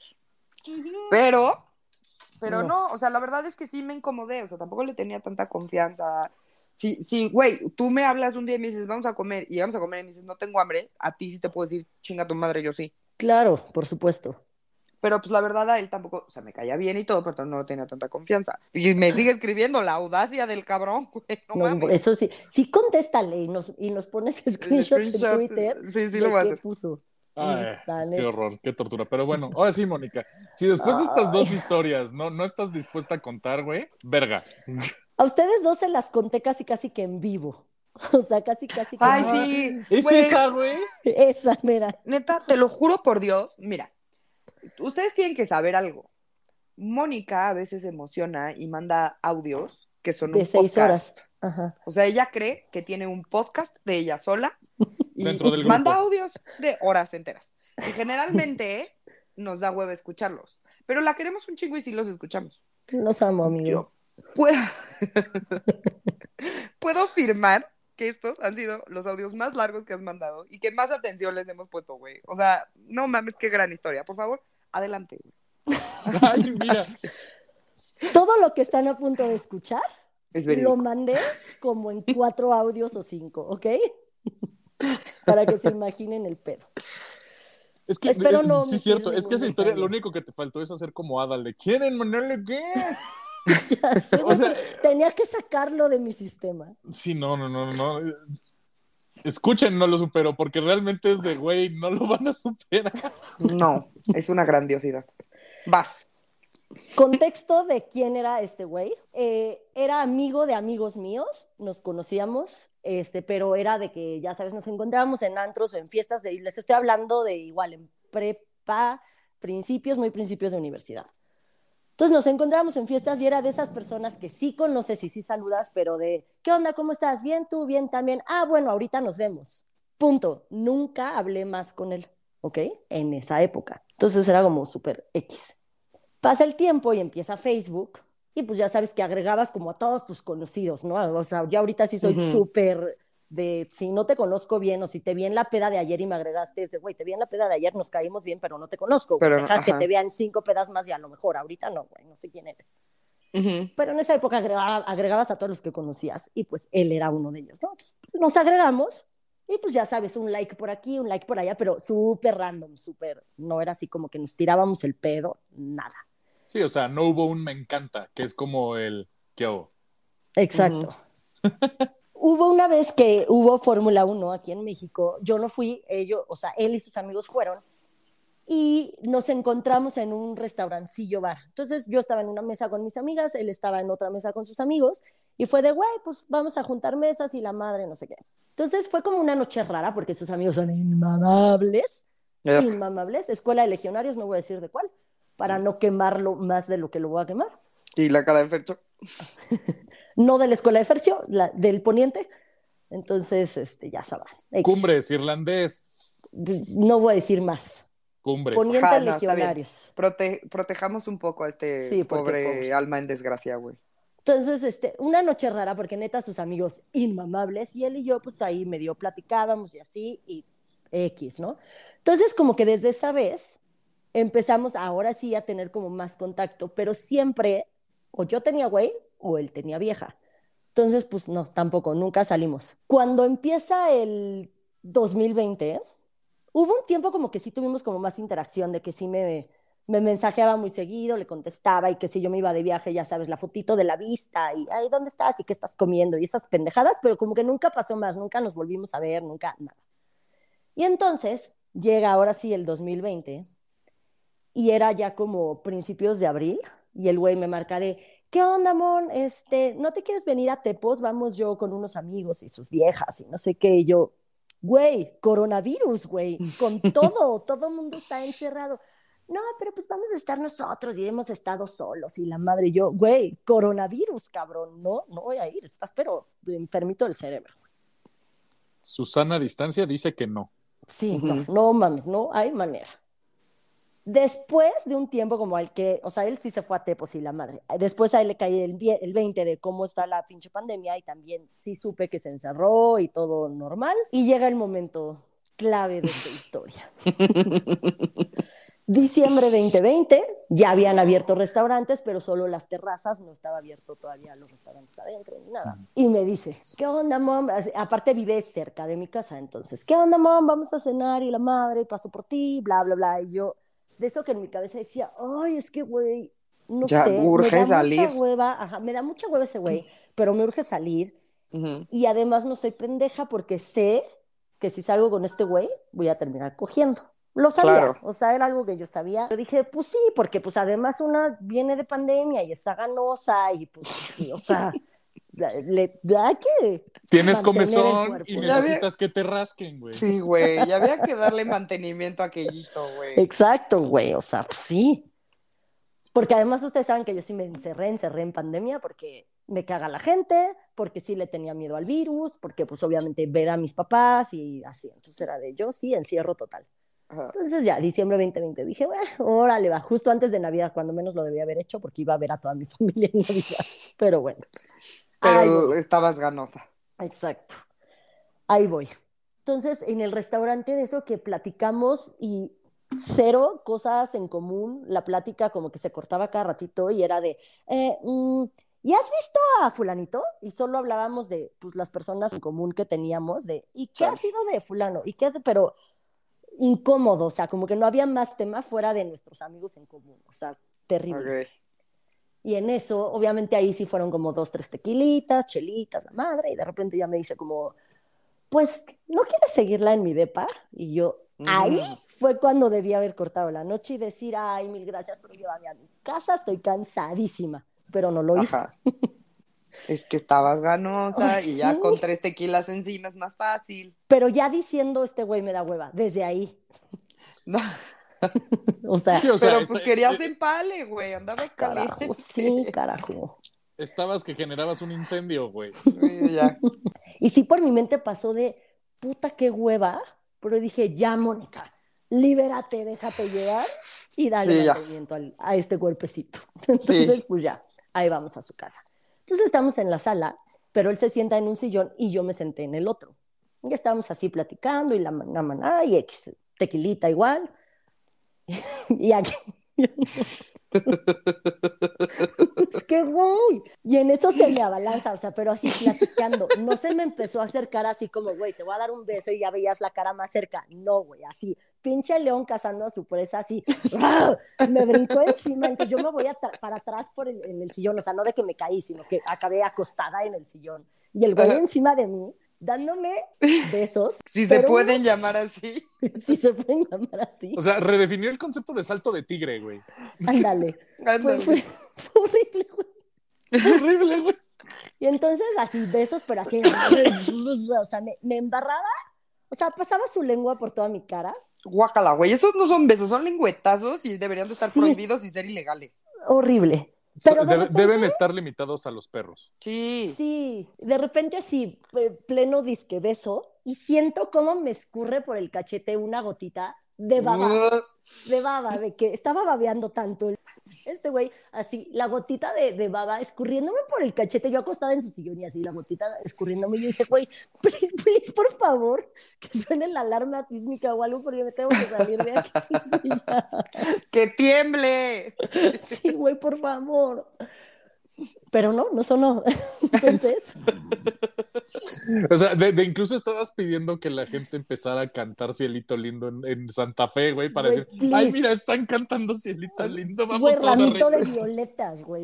Pero no, o sea, la verdad es que sí me incomodé, o sea, tampoco le tenía tanta confianza. Sí, güey, tú me hablas un día y me dices, vamos a comer, y vamos a comer y me dices, no tengo hambre, a ti sí te puedo decir, chinga tu madre, yo sí. Claro, por supuesto. Pero pues la verdad a él tampoco, o sea, me caía bien y todo, pero no tenía tanta confianza. Y me sigue escribiendo la audacia del cabrón, güey, no mames. Eso sí, sí contéstale y nos pones screenshots en Screenshot, Twitter sí, lo de voy a qué hacer. puso. Ay, La qué neta. horror, qué tortura. Pero bueno, ahora sí, Mónica. Si después de estas Ay. dos historias no estás dispuesta a contar, güey, verga. A ustedes dos se las conté casi casi que en vivo. O sea, casi casi Ay, como sí, ¿Es güey, esa, güey? esa, mira. neta, te lo juro por Dios, mira, ustedes tienen que saber algo. Mónica a veces se emociona y manda audios que son De un 6 horas. podcast. Ajá. O sea, ella cree que tiene un podcast de ella sola Dentro y del manda grupo. audios de horas enteras. Y generalmente nos da hueva escucharlos. Pero la queremos un chingo y sí los escuchamos. Los amo, Yo amigos. puedo, puedo afirmar que estos han sido los audios más largos que has mandado y que más atención les hemos puesto, güey. O sea, no mames, qué gran historia. Por favor, adelante, güey. Ay, mira. Todo lo que están a punto de escuchar Es lo verídico. mandé como en 4 audios o 5, ¿ok? Para que se imaginen el pedo. Es que, Espero no sí, es omitir cierto. Es que ningún esa historia, lo detalle. único que te faltó es hacer como Adal de ¿quieren mandarle qué? Ya sé, O güey, sea, pero tenía que sacarlo de mi sistema. sí, no. Escuchen, no lo supero, porque realmente es de, güey, no lo van a superar. No, es una grandiosidad. Vas. Contexto de quién era este güey. Era amigo de amigos míos, nos conocíamos, pero era de que, ya sabes, nos encontrábamos en antros o en fiestas, les estoy hablando de igual en prepa, muy principios de universidad. Entonces nos encontramos en fiestas y era de esas personas que sí conoces y sí saludas, pero de, ¿qué onda? ¿Cómo estás? ¿Bien? ¿Tú? ¿Bien también? Ah, bueno, ahorita nos vemos. Punto. Nunca hablé más con él, ¿ok? En esa época. Entonces era como súper X. Pasa el tiempo y empieza Facebook y pues ya sabes que agregabas como a todos tus conocidos, ¿no? O sea, yo ahorita sí soy súper de, si no te conozco bien o si te vi en la peda de ayer y me agregaste, es de, güey, te vi en la peda de ayer, nos caímos bien, pero no te conozco, güey. Pero, Deja que ajá. te vean 5 pedas más y a lo mejor, ahorita no, güey, no sé quién eres. Pero en esa época agregabas a todos los que conocías y pues él era uno de ellos, ¿no? Entonces, nos agregamos y pues ya sabes, un like por aquí, un like por allá, pero súper random, súper, no era así como que nos tirábamos el pedo, nada. Sí, o sea, no hubo un me encanta, que es como el ¿qué hago? Exacto. Hubo una vez que hubo Fórmula 1 aquí en México, yo no fui, o sea, él y sus amigos fueron, y nos encontramos en un restaurancillo bar. Entonces yo estaba en una mesa con mis amigas, él estaba en otra mesa con sus amigos, y fue de, güey, pues vamos a juntar mesas y la madre, no sé qué. Entonces fue como una noche rara, porque sus amigos son inmamables, escuela de legionarios, no voy a decir de cuál, para no quemarlo más de lo que lo voy a quemar. Y la cara de Fercho. No de la escuela de Fercio, del Poniente. Entonces, ya sabrán. Cumbres, irlandés. No voy a decir más. Cumbres. Poniente Ajá, no, está bien. legionarios. Protejamos un poco a este Sí, porque pobre pobres. alma en desgracia, güey. Entonces, una noche rara, porque neta sus amigos inmamables, y él y yo, pues ahí medio platicábamos y así, y X, ¿no? Entonces, como que desde esa vez empezamos ahora sí a tener como más contacto, pero siempre o yo tenía güey o él tenía vieja. Entonces, pues no, tampoco, nunca salimos. Cuando empieza el 2020, hubo un tiempo como que sí tuvimos como más interacción, de que sí me mensajeaba muy seguido, le contestaba, y que si yo me iba de viaje, ya sabes, la fotito de la vista, y ay, ¿dónde estás? ¿Y qué estás comiendo? Y esas pendejadas, pero como que nunca pasó más, nunca nos volvimos a ver, nunca nada. Y entonces llega ahora sí el 2020, y era ya como principios de abril, y el güey me marca de, ¿qué onda, Mon? ¿No te quieres venir a Tepos? Vamos yo con unos amigos y sus viejas y no sé qué. Y yo, güey, coronavirus, güey, con todo el mundo está encerrado. No, pero pues vamos a estar nosotros y hemos estado solos. Y la madre y yo, güey, coronavirus, cabrón, no voy a ir, estás pero enfermito del cerebro. Susana Distancia dice que no. Sí, no mames, no hay manera. Después de un tiempo como el que, o sea, él sí se fue a Tepos y la madre. Después a él le cae el 20 de cómo está la pinche pandemia y también sí supe que se encerró y todo normal. Y llega el momento clave de esta historia. Diciembre 2020, ya habían abierto restaurantes, pero solo las terrazas, no estaba abierto todavía los restaurantes adentro ni nada. Y me dice, ¿qué onda, mom? Aparte vive cerca de mi casa, entonces, ¿qué onda, mom? Vamos a cenar y la madre, paso por ti, bla, bla, bla. Y yo, de eso que en mi cabeza decía, ay, es que, güey, no ya sé, urge me da salir. mucha hueva, ajá, me da mucha hueva ese güey, pero me urge salir. Y además no soy pendeja porque sé que si salgo con este güey, voy a terminar cogiendo. Lo sabía, Claro. o sea, era algo que yo sabía. Yo dije, pues sí, porque pues además una viene de pandemia y está ganosa y pues, o sea, le da que Tienes mantener el comezón cuerpo. y necesitas que te rasquen, güey. Sí, güey, ya había que darle mantenimiento a aquellito, güey. Exacto, güey, o sea, pues sí. Porque además ustedes saben que yo sí me encerré en pandemia porque me caga la gente, porque sí le tenía miedo al virus, porque pues obviamente ver a mis papás y así. Entonces era de yo sí, encierro total. Ajá. Entonces ya, diciembre 2020, dije, bueno, órale, va, justo antes de Navidad, cuando menos lo debía haber hecho, porque iba a ver a toda mi familia en Navidad. Pero bueno, ahí Pero voy. estabas ganosa. Exacto, ahí voy. Entonces, en el restaurante de eso que platicamos y cero cosas en común, la plática como que se cortaba cada ratito y era de, ¿y has visto a fulanito? Y solo hablábamos de pues, las personas en común que teníamos, de, ¿y qué ha sido de fulano? ¿Y qué hace? Pero incómodo, o sea, como que no había más tema fuera de nuestros amigos en común, o sea, terrible. Okay. Y en eso, obviamente ahí sí fueron como 2, 3 tequilitas, chelitas, la madre, y de repente ya me dice como, pues, ¿no quieres seguirla en mi depa? Y yo, ahí fue cuando debí haber cortado la noche y decir, ay, mil gracias, pero llévame a mi casa, estoy cansadísima, pero no lo hice. Es que estabas ganosa Ay, y ya sí. con 3 tequilas encima es más fácil. Pero ya diciendo este güey me da hueva, desde ahí. No. O sea, Sí, o sea, pero pues querías empale, güey, andaba caliente. carajo, sí, carajo. Estabas que generabas un incendio, güey. Ya. Y sí por mi mente pasó de, puta, qué hueva, pero dije, ya, Mónica, libérate, déjate llevar y dale Sí, mantenimiento a este cuerpecito. Entonces, pues ya, ahí vamos a su casa. Entonces estamos en la sala, pero él se sienta en un sillón y yo me senté en el otro. Ya estábamos así platicando y la maná y tequilita igual. Y aquí... Es que, güey. Y en eso se me abalanza, o sea, pero así platicando. No se me empezó a acercar así como, güey, te voy a dar un beso y ya veías la cara más cerca. No, güey, así. Pinche león cazando a su presa, así. Me brincó encima. Entonces yo me voy para atrás en el sillón, o sea, no de que me caí, sino que acabé acostada en el sillón. Y el güey encima de mí, dándome besos. Si se pueden llamar así. Si se pueden llamar así. O sea, redefinió el concepto de salto de tigre, güey. Ándale. Fue horrible, güey. Horrible, güey. Y entonces así besos, pero así, o sea, me embarraba, o sea, pasaba su lengua por toda mi cara. Guácala, güey, esos no son besos, son lengüetazos y deberían de estar prohibidos y ser ilegales. Horrible. Pero deben estar limitados a los perros. Sí. Sí, de repente así, pleno disque beso, y siento cómo me escurre por el cachete una gotita de baba, de que estaba babeando tanto este güey, así, la gotita de baba escurriéndome por el cachete, yo acostada en su sillón y así, la gotita escurriéndome, y yo dije, güey, please, por favor, que suene la alarma sísmica o algo, porque me tengo que salir de aquí. ¡Que tiemble! Sí, güey, por favor. Pero no sonó. Entonces. O sea, incluso estabas pidiendo que la gente empezara a cantar Cielito Lindo en Santa Fe, güey, para decir, ay, mira, están cantando Cielito Lindo, vamos güey, todos a ramito de violetas, güey.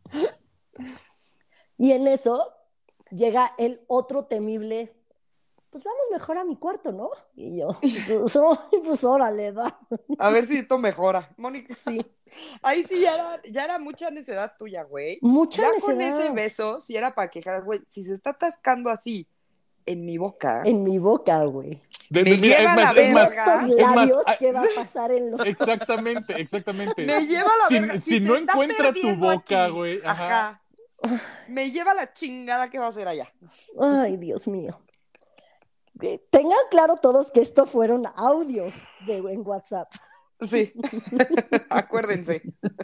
Y en eso llega el otro temible pues vamos mejor a mi cuarto, ¿no? Y yo, pues órale, va. A ver si esto mejora. Mónica, Sí, ahí sí ya era mucha necedad tuya, güey. mucha Ya con necedad ese beso, sí era para quejar, güey. Si se está atascando así en mi boca, en mi boca, güey. me Mira, lleva la Estos verga. labios, ah, ¿qué va a pasar en los... exactamente. Me lleva la verga. Si se no está encuentra tu perdiendo boca, aquí. güey, Ajá. Me lleva la chingada que va a hacer allá. Ay, Dios mío. Tengan claro todos que esto fueron audios en WhatsApp. Sí. Acuérdense.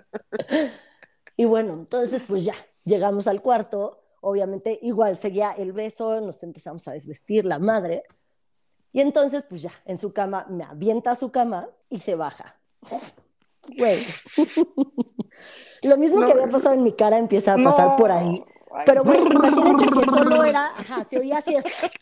Y bueno, entonces pues ya, llegamos al cuarto, obviamente igual seguía el beso, nos empezamos a desvestir, la madre, y entonces pues ya, en su cama, me avienta a su cama y se baja. Güey. Lo mismo que había pasado en mi cara empieza a pasar por ahí. Ay. Pero güey, imagínense que solo era, se oía así.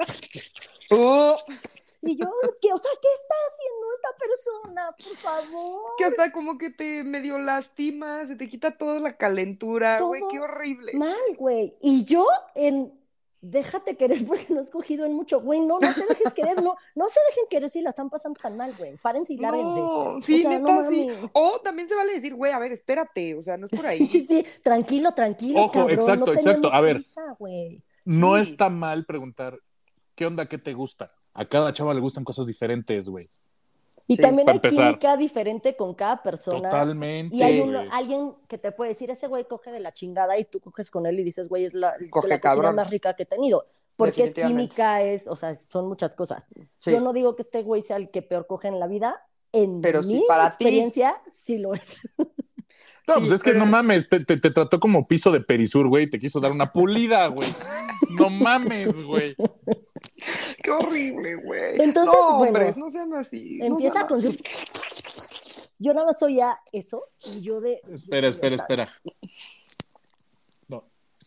Y yo, ¿qué? O sea, ¿qué está haciendo esta persona? Por favor. Que hasta como que te medio lastima, se te quita toda la calentura, Todo güey, qué horrible. mal, güey. Y yo déjate querer porque no has cogido en mucho, güey. No te dejes querer, no se dejen querer si la están pasando tan mal, güey. Párense y lárguense. No, sí, o sea, neta, no sí. mames. O también se vale decir, güey, a ver, espérate, o sea, no es por ahí. Sí, tranquilo, Ojo, cabrón. exacto, no exacto. A ver, prisa, güey. no Sí. está mal preguntar, ¿qué onda, qué te gusta? A cada chava le gustan cosas diferentes, güey. Y Sí, también para hay empezar. química diferente con cada persona. Totalmente. Y hay güey. alguien que te puede decir, ese güey coge de la chingada y tú coges con él y dices, güey, es la Coge cocina cabrón. más rica que he tenido. Porque es Definitivamente. química, o sea, son muchas cosas. Sí. Yo no digo que este güey sea el que peor coge en la vida. En Pero sí, mi para ti. experiencia, sí lo es. No, Sí, pues es que pero- no mames, te trató como piso de Perisur, güey, te quiso dar una pulida, güey. No mames, güey. Qué horrible, güey. Entonces, no, bueno, hombres, no sean así. no Empieza sean con su... así. Yo nada más oía eso y yo de... Espera. No.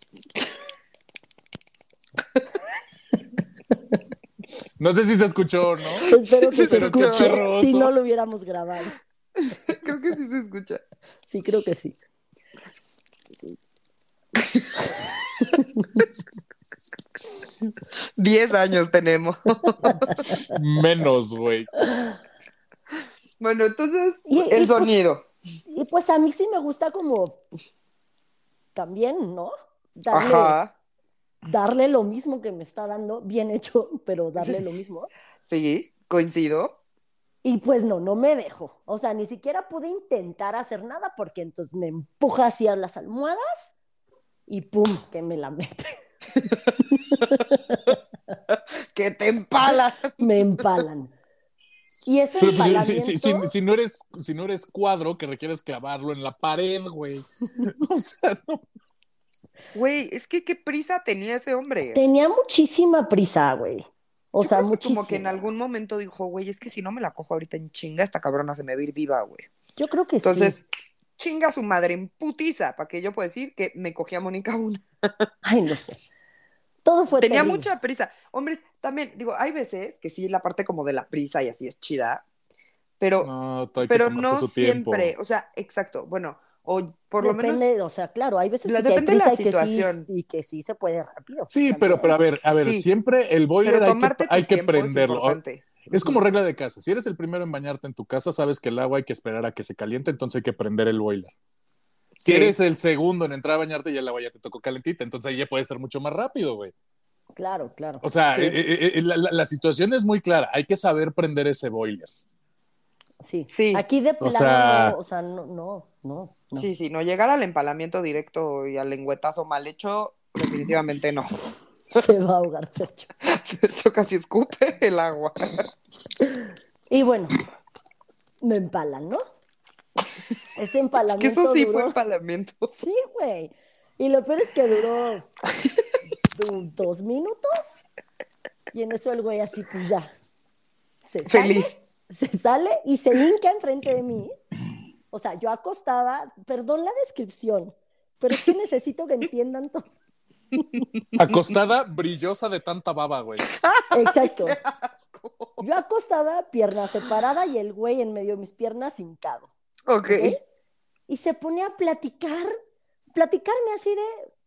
No sé si se escuchó o no. Espero que Sí, se pero qué escuche, perroso. si no lo hubiéramos grabado. Creo que sí se escucha. Sí, creo que sí. 10 años tenemos. Menos, güey. Bueno, entonces, Y el pues- sonido. Y pues a mí sí me gusta como también, ¿no? Ajá. Darle lo mismo que me está dando, bien hecho, pero darle lo mismo. Sí, coincido. Y pues no me dejo. O sea, ni siquiera pude intentar hacer nada porque entonces me empuja hacia las almohadas y ¡pum! Que me la mete. Que te empala. Me empalan. Y ese Pero pues, empalamiento... si no eres cuadro, que requieres clavarlo en la pared, güey. O sea, no. Güey, es que qué prisa tenía ese hombre. Tenía muchísima prisa, güey. O Yo sea, creo que muchísima. como que en algún momento dijo, güey, es que si no me la cojo ahorita en chinga, esta cabrona se me va a ir viva, güey. Yo creo que Entonces, sí. chinga a su madre en putiza, para que yo pueda decir que me cogí a Mónica una. Ay, no sé. Todo fue Tenía terrible. mucha prisa. Hombres, también, digo, hay veces que sí, la parte como de la prisa y así es chida, pero, No, hay que pero tomarse no su tiempo. siempre, o sea, exacto, bueno, o por lo menos, Depende, o sea, claro, hay veces que sí hay depende de la prisa situación. y que sí se puede rápido. Sí, también. pero a ver, Sí. siempre el boiler Pero tomarte tu hay que tiempo es prenderlo. importante. Es como regla de casa. Si eres el primero en bañarte en tu casa, sabes que el agua hay que esperar a que se caliente, entonces hay que prender el boiler. Si Sí. eres el segundo en entrar a bañarte, ya el agua ya te tocó calentita, entonces ahí ya puede ser mucho más rápido, güey. Claro. O sea, Sí. la situación es muy clara. Hay que saber prender ese boiler. Sí. Sí. Aquí de O plano, sea- no, o sea, no. Sí, no llegar al empalamiento directo y al lengüetazo mal hecho, definitivamente no. Se va a ahogar, Fercho. De hecho, casi escupe el agua. Y bueno, me empalan, ¿no? Ese Que empalamiento eso sí duró... fue empalamiento. Sí, güey. Y lo peor es que duró 2 minutos. Y en eso el güey así, pues ya. Feliz. Se sale y se hinca enfrente de mí. O sea, yo acostada, perdón la descripción, pero es que necesito que entiendan todo. Acostada, brillosa de tanta baba, güey. Exacto. Yo acostada, pierna separada y el güey en medio de mis piernas hincado. Ok. ¿Ok? Y se pone a platicarme así de,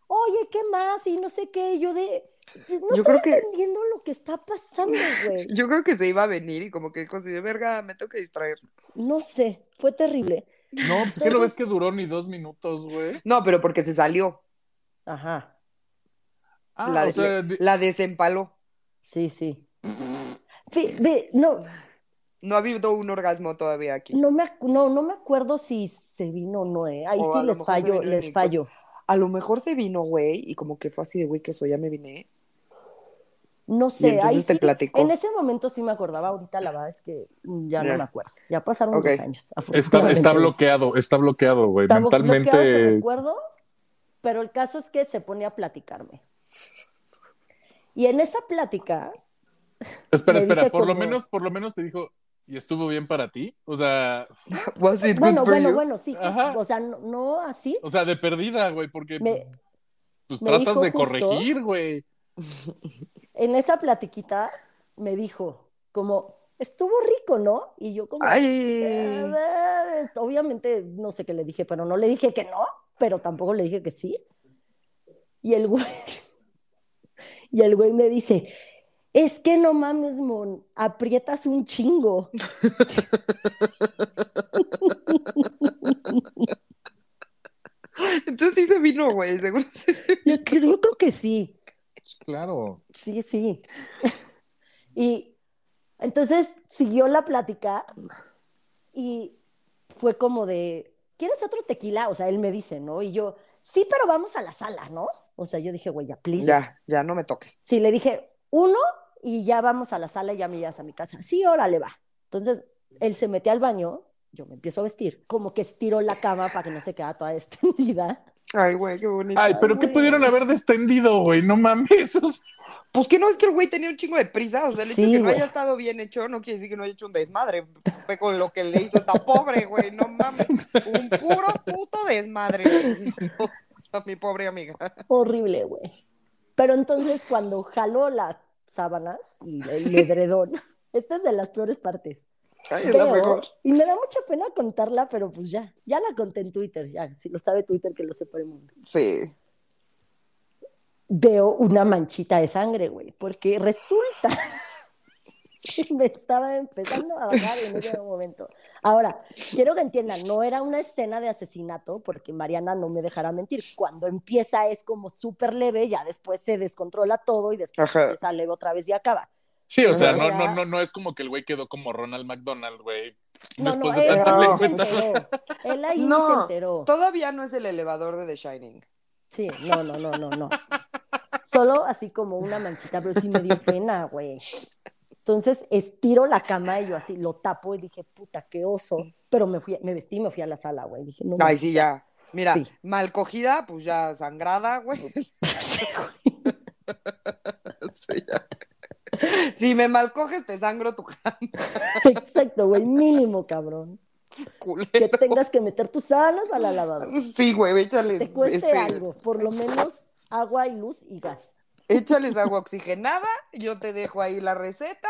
oye, ¿qué más? Y no sé qué, y yo no Yo estoy creo que- entendiendo lo que está pasando, güey. Yo creo que se iba a venir y como que consideré, verga, me tengo que distraer. No sé, fue terrible. No, pues que no ves Entonces, que duró ni 2 minutos, güey. No, pero porque se salió. ajá, Ah, o sea, La desempaló. sí, sí. No, No ha habido un orgasmo todavía aquí. no me acuerdo si se vino o no, ¿eh? Ahí O sí a lo mejor se vino en les mi fallo. A lo mejor se vino, güey, y como que fue así de, güey, que eso ya me vine. No Y sé, ahí entonces te sí, en platicó. ese momento sí me acordaba, ahorita la verdad es que ya no me Ya. acuerdo. Ya pasaron Ok. 2 años, está afortunadamente. está bloqueado, güey. Estaba bloqueado ese Mentalmente. recuerdo, pero el caso es que se ponía a platicarme. Y en esa plática Espera, me dice por como, lo menos te dijo, ¿y estuvo bien para ti? O sea, Was it good for you? bueno, sí, ajá. o sea, no así. O sea, de perdida, güey, porque Me, pues me tratas dijo de justo, corregir, güey. en esa platiquita, me dijo como, estuvo rico, ¿no? Y yo como, Ay. obviamente no sé qué le dije, pero no le dije que no, pero tampoco le dije que sí. Y el güey, y el güey me dice, es que no mames, mon, aprietas un chingo. Entonces sí se vino, güey, seguro sí se vino. Yo creo que sí, Claro. sí, sí. Y entonces siguió la plática y fue como de, ¿quieres otro tequila? O sea, él me dice, ¿no? Y yo, sí, pero vamos a la sala, ¿no? O sea, yo dije, güey, ya, please, ya. Ya no me toques. Sí, le dije, uno y ya vamos a la sala y ya me llevas a mi casa. Sí, órale, va. Entonces, él se mete al baño, yo me empiezo a vestir, como que estiro la cama para que no se quede toda extendida. Ay, güey, qué bonito. Ay, pero ¿qué güey. pudieron haber descendido, güey? No mames. Pues que no es que el güey tenía un chingo de prisa, o sea, el hecho de Sí, que no güey. haya estado bien hecho no quiere decir que no haya hecho un desmadre. Ve con lo que le hizo esta pobre, güey, no mames. Un puro puto desmadre le hizo a mi pobre amiga. Horrible, güey. Pero entonces, cuando jaló las sábanas y el edredón, esta es de las peores partes. Ay, es la mejor. Y me da mucha pena contarla, pero pues ya la conté en Twitter, ya, si lo sabe Twitter, que lo sepa el mundo. Sí. Veo una manchita de sangre, güey, porque resulta que me estaba empezando a bajar en ese momento. Ahora, quiero que entiendan, no era una escena de asesinato, porque Mariana no me dejará mentir. Cuando empieza es como súper leve, ya después se descontrola todo y después Ajá. empieza leve otra vez y acaba. Sí, o sea, Era- no es como que el güey quedó como Ronald McDonald, güey. No, Después no, de él tanta ahí se lengüeta. enteró. Él ahí se No, enteró. todavía no es el elevador de The Shining. Sí, no. Solo así como una manchita, pero sí me dio pena, güey. Entonces estiro la cama y yo así lo tapo y dije, puta, qué oso. Pero me vestí y me fui a la sala, güey. Dije, no Ay, mames, sí, ya. Mira, Sí. mal cogida, pues ya sangrada, güey. Sí, güey. Sí, ya. Si me mal coges, te sangro tu cama, Exacto, güey, mínimo, cabrón. culero. Que tengas que meter tus sábanas a la lavadora. Sí, güey, échale. Te cueste algo, por lo menos agua y luz y gas. Échales agua oxigenada, yo te dejo ahí la receta.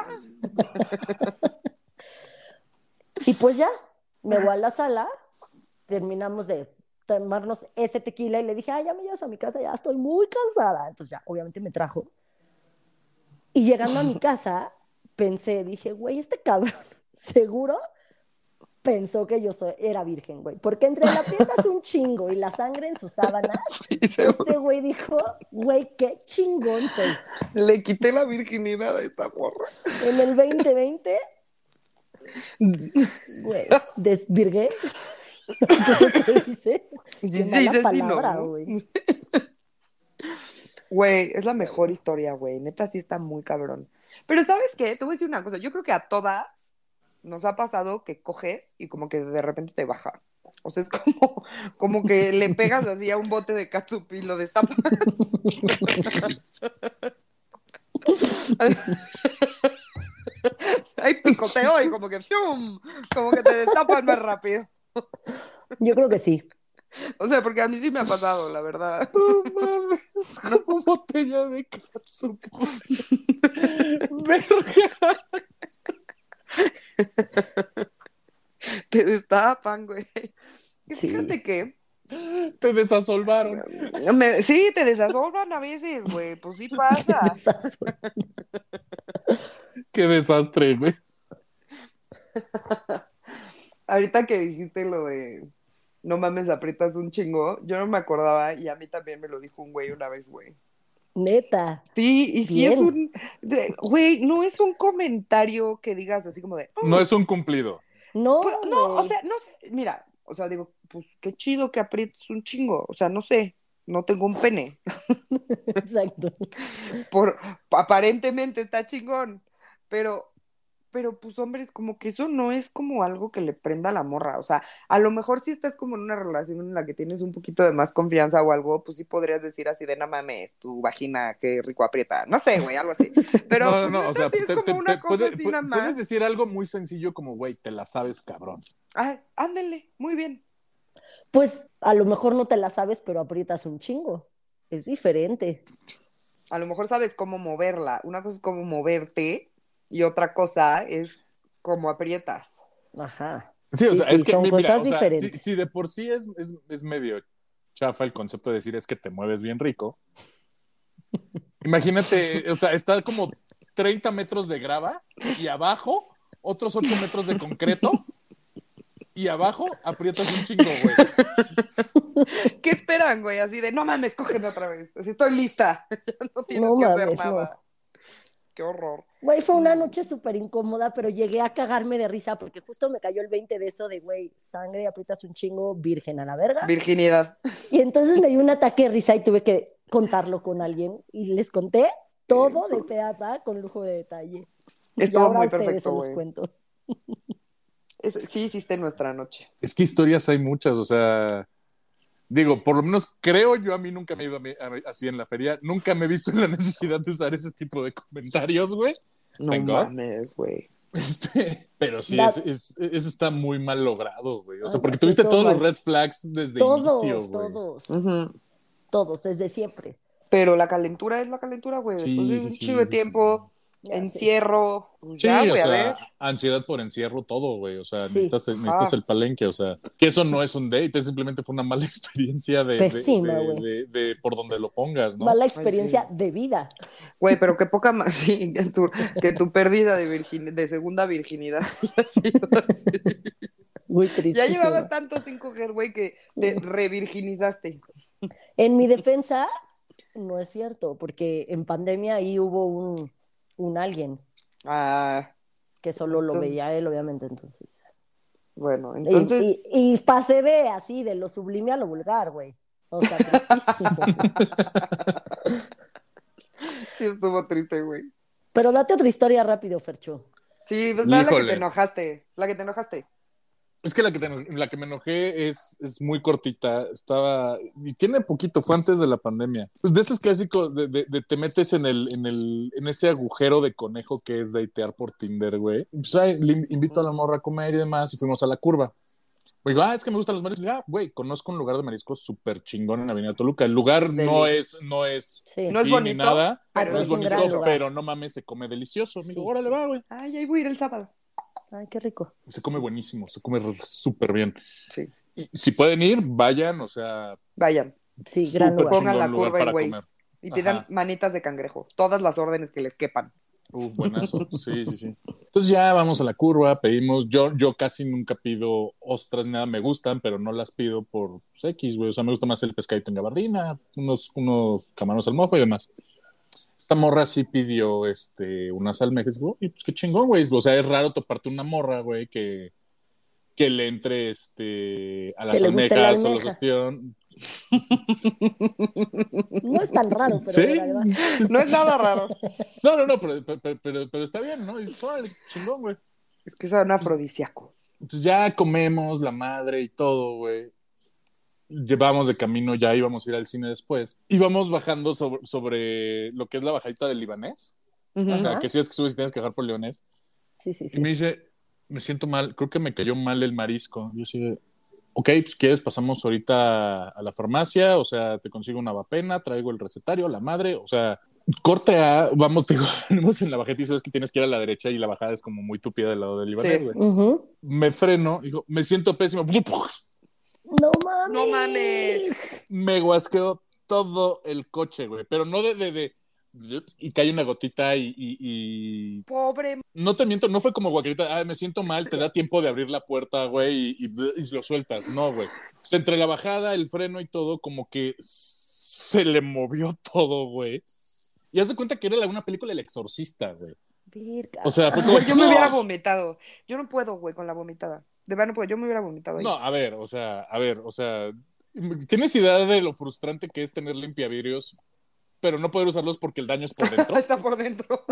Y pues ya, me voy a la sala, terminamos de tomarnos ese tequila y le dije, ya me llevas a mi casa, ya estoy muy cansada. Entonces ya, obviamente me trajo. Y llegando a mi casa, dije, güey, este cabrón, seguro pensó que yo era virgen, güey. Porque entre la es un chingo y la sangre en sus sábanas, Sí, seguro. este güey dijo, güey, qué chingón soy. Le quité la virginidad a esta morra. En el 2020, güey, desvirgué. ¿Cómo se dice? Sí, Qué sí, mala sí, palabra, ¿no? güey. Güey, es la mejor historia, güey. Neta, sí está muy cabrón. Pero ¿sabes qué? Te voy a decir una cosa. Yo creo que a todas nos ha pasado que coges y como que de repente te baja. O sea, es como que le pegas así a un bote de catsup y lo destapas. Hay picoteo y como que ¡fium! Como que te destapan más rápido. Yo creo que sí. O sea, porque a mí sí me ha pasado, la verdad. No mames, como botella de catsup. Verga. Te destapan, güey. Y Sí. fíjate que Te desasolvaron. Sí, te desasolvan a veces, güey. Pues sí pasa. Qué desastre, güey. Ahorita que dijiste lo de no mames, aprietas un chingo, yo no me acordaba y a mí también me lo dijo un güey una vez, güey. Neta. Sí, y sí es Bien. güey, no es un comentario que digas así como de, No es un cumplido. No, pues, no, o güey. sea, no sé, mira, o sea, digo, pues qué chido que aprietes un chingo, o sea, no sé, no tengo un pene, Exacto. aparentemente está chingón, pero pues hombres, como que eso no es como algo que le prenda a la morra, o sea, a lo mejor si estás como en una relación en la que tienes un poquito de más confianza o algo, pues sí podrías decir así de no mames, tu vagina, qué rico aprieta, no sé, güey, algo así, pero pues No, neta o sea, sí es como una cosa así nada puedes más, decir algo muy sencillo como, güey, te la sabes, cabrón. ay, ándele, muy bien. Pues a lo mejor no te la sabes, pero aprietas un chingo. Es diferente. A lo mejor sabes cómo moverla, una cosa es cómo moverte y otra cosa es cómo aprietas. Ajá. Sí, o Sí, sea, es sí, que, son mira, cosas o sea, diferentes. si de por sí es medio chafa el concepto de decir es que te mueves bien rico. Imagínate, o sea, está como 30 metros de grava y abajo otros 8 metros de concreto y abajo aprietas un chingo, güey. ¿Qué esperan, güey? Así de, no mames, cógeme otra vez. Así estoy lista. Ya no tienes No que hacer mames, no. nada. Qué horror. Güey, fue una noche súper incómoda, pero llegué a cagarme de risa porque justo me cayó el 20 de eso de, güey, sangre, aprietas un chingo, virgen a la verga. Virginidad. Y entonces me dio un ataque de risa y tuve que contarlo con alguien y les conté todo de pe a pa con lujo de detalle. Y Estuvo ahora a muy ustedes perfecto, se los güey. cuento. Sí hiciste nuestra noche. Es que historias hay muchas, o sea, digo, por lo menos creo yo, a mí nunca me he ido así en la feria, nunca me he visto en la necesidad de usar ese tipo de comentarios, güey. No Thank God. mames, güey. Pero sí, eso está muy mal logrado, güey. O sea, Ay, porque ya sé, tuviste todo todos los mal. red flags desde inicio, Todos, güey. todos, Ujú. todos, desde siempre. Pero la calentura es la calentura, güey. Después Sí, de sí, un chingo de sí, sí. tiempo, Ya sé. encierro, pues ya, Sí, o güey, a sea, ver. ansiedad por encierro, todo, güey. O sea, Sí. necesitas el palenque, o sea, que eso no es un date, simplemente fue una mala experiencia Pésima, güey. de por donde lo pongas, ¿no? Mala Ay, experiencia sí. de vida. Güey, pero qué poca más, sí, que tu pérdida de segunda virginidad haya sido así. Muy Ya tristísima. llevabas tanto sin coger, güey, que te revirginizaste. En mi defensa, no es cierto, porque en pandemia ahí hubo un alguien Ah, que solo lo entonces, veía él, obviamente, entonces. bueno, Y, entonces, y pasé de así, de lo sublime a lo vulgar, güey. O sea, tristísimo. sí estuvo triste, güey. Pero date otra historia rápido, Fercho. Sí, pues va la que te Híjole. enojaste, la que te enojaste. Es que la que me enojé es muy cortita, y tiene poquito, fue antes de la pandemia. Pues de esos clásicos de te metes en ese agujero de conejo que es datear por Tinder, güey. Pues le invito a la morra a comer y demás, y fuimos a la curva. Me digo, es que me gustan los mariscos. Güey, conozco un lugar de mariscos súper chingón en Avenida Toluca. El lugar no Deli. es Sí. No es fifí ni bonito, nada, pero no es es un gran bonito, lugar. pero no mames, se come delicioso. Me digo, Sí. órale, va, güey. Ay, ahí voy a ir el sábado. Ay, qué rico. Se come buenísimo, se come súper bien. Sí, Y si pueden ir, vayan, o sea, vayan, Sí, gran súper lugar. pongan la chingón lugar curva en para Waze comer. y pidan Ajá. manitas de cangrejo, todas las órdenes que les quepan. Buenazo. Sí, sí, sí. Entonces ya vamos a la curva, pedimos. Yo casi nunca pido ostras, nada, me gustan, pero no las pido por X, güey. O sea, me gusta más el pescadito en gabardina, unos camarones al mojo y demás. Esta morra sí pidió unas almejas. Digo, y pues qué chingón, güey. O sea, es raro toparte una morra, güey, que le entre a las Que le guste la almejas o los almeja. ostión. No es tan raro, pero Sí. vale, va. No es nada raro. No, pero está bien, ¿no? Y dices, órale, chingón, güey. Es que son afrodisíacos. Entonces ya comemos la madre y todo, güey. Llevamos de camino, ya íbamos a ir al cine después. Íbamos bajando sobre lo que es la bajadita del libanés. O sea, Ajá. que si es que subes y tienes que bajar por Leones. Sí, sí, Y me sí. dice, me siento mal, creo que me cayó mal el marisco. Yo así, ok, pues quieres, pasamos ahorita a la farmacia, o sea, te consigo una avapena, traigo el recetario, la madre, o sea, corte a, vamos, te digo, venimos en la bajeta y sabes que tienes que ir a la derecha y la bajada es como muy tupida del lado del libanés, Sí. güey. Ujú. Me freno, digo, me siento pésimo. No mames. No mames. Me guasqueó todo el coche, güey. Pero no y cae una gotita y... Pobre. No te miento, no fue como guaquerita, me siento mal, te da tiempo de abrir la puerta, güey, y lo sueltas. No, güey. O sea, entre la bajada, el freno y todo, como que se le movió todo, güey. Y haz de cuenta que era una película El Exorcista, güey. Virga. O sea, fue como... Güey, yo me hubiera vomitado. Yo no puedo, güey, con la vomitada. De verdad no puedo, yo me hubiera vomitado ahí. No, a ver, o sea, ¿tienes idea de lo frustrante que es tener limpiavidrios, pero no poder usarlos porque el daño es por dentro? Está por dentro.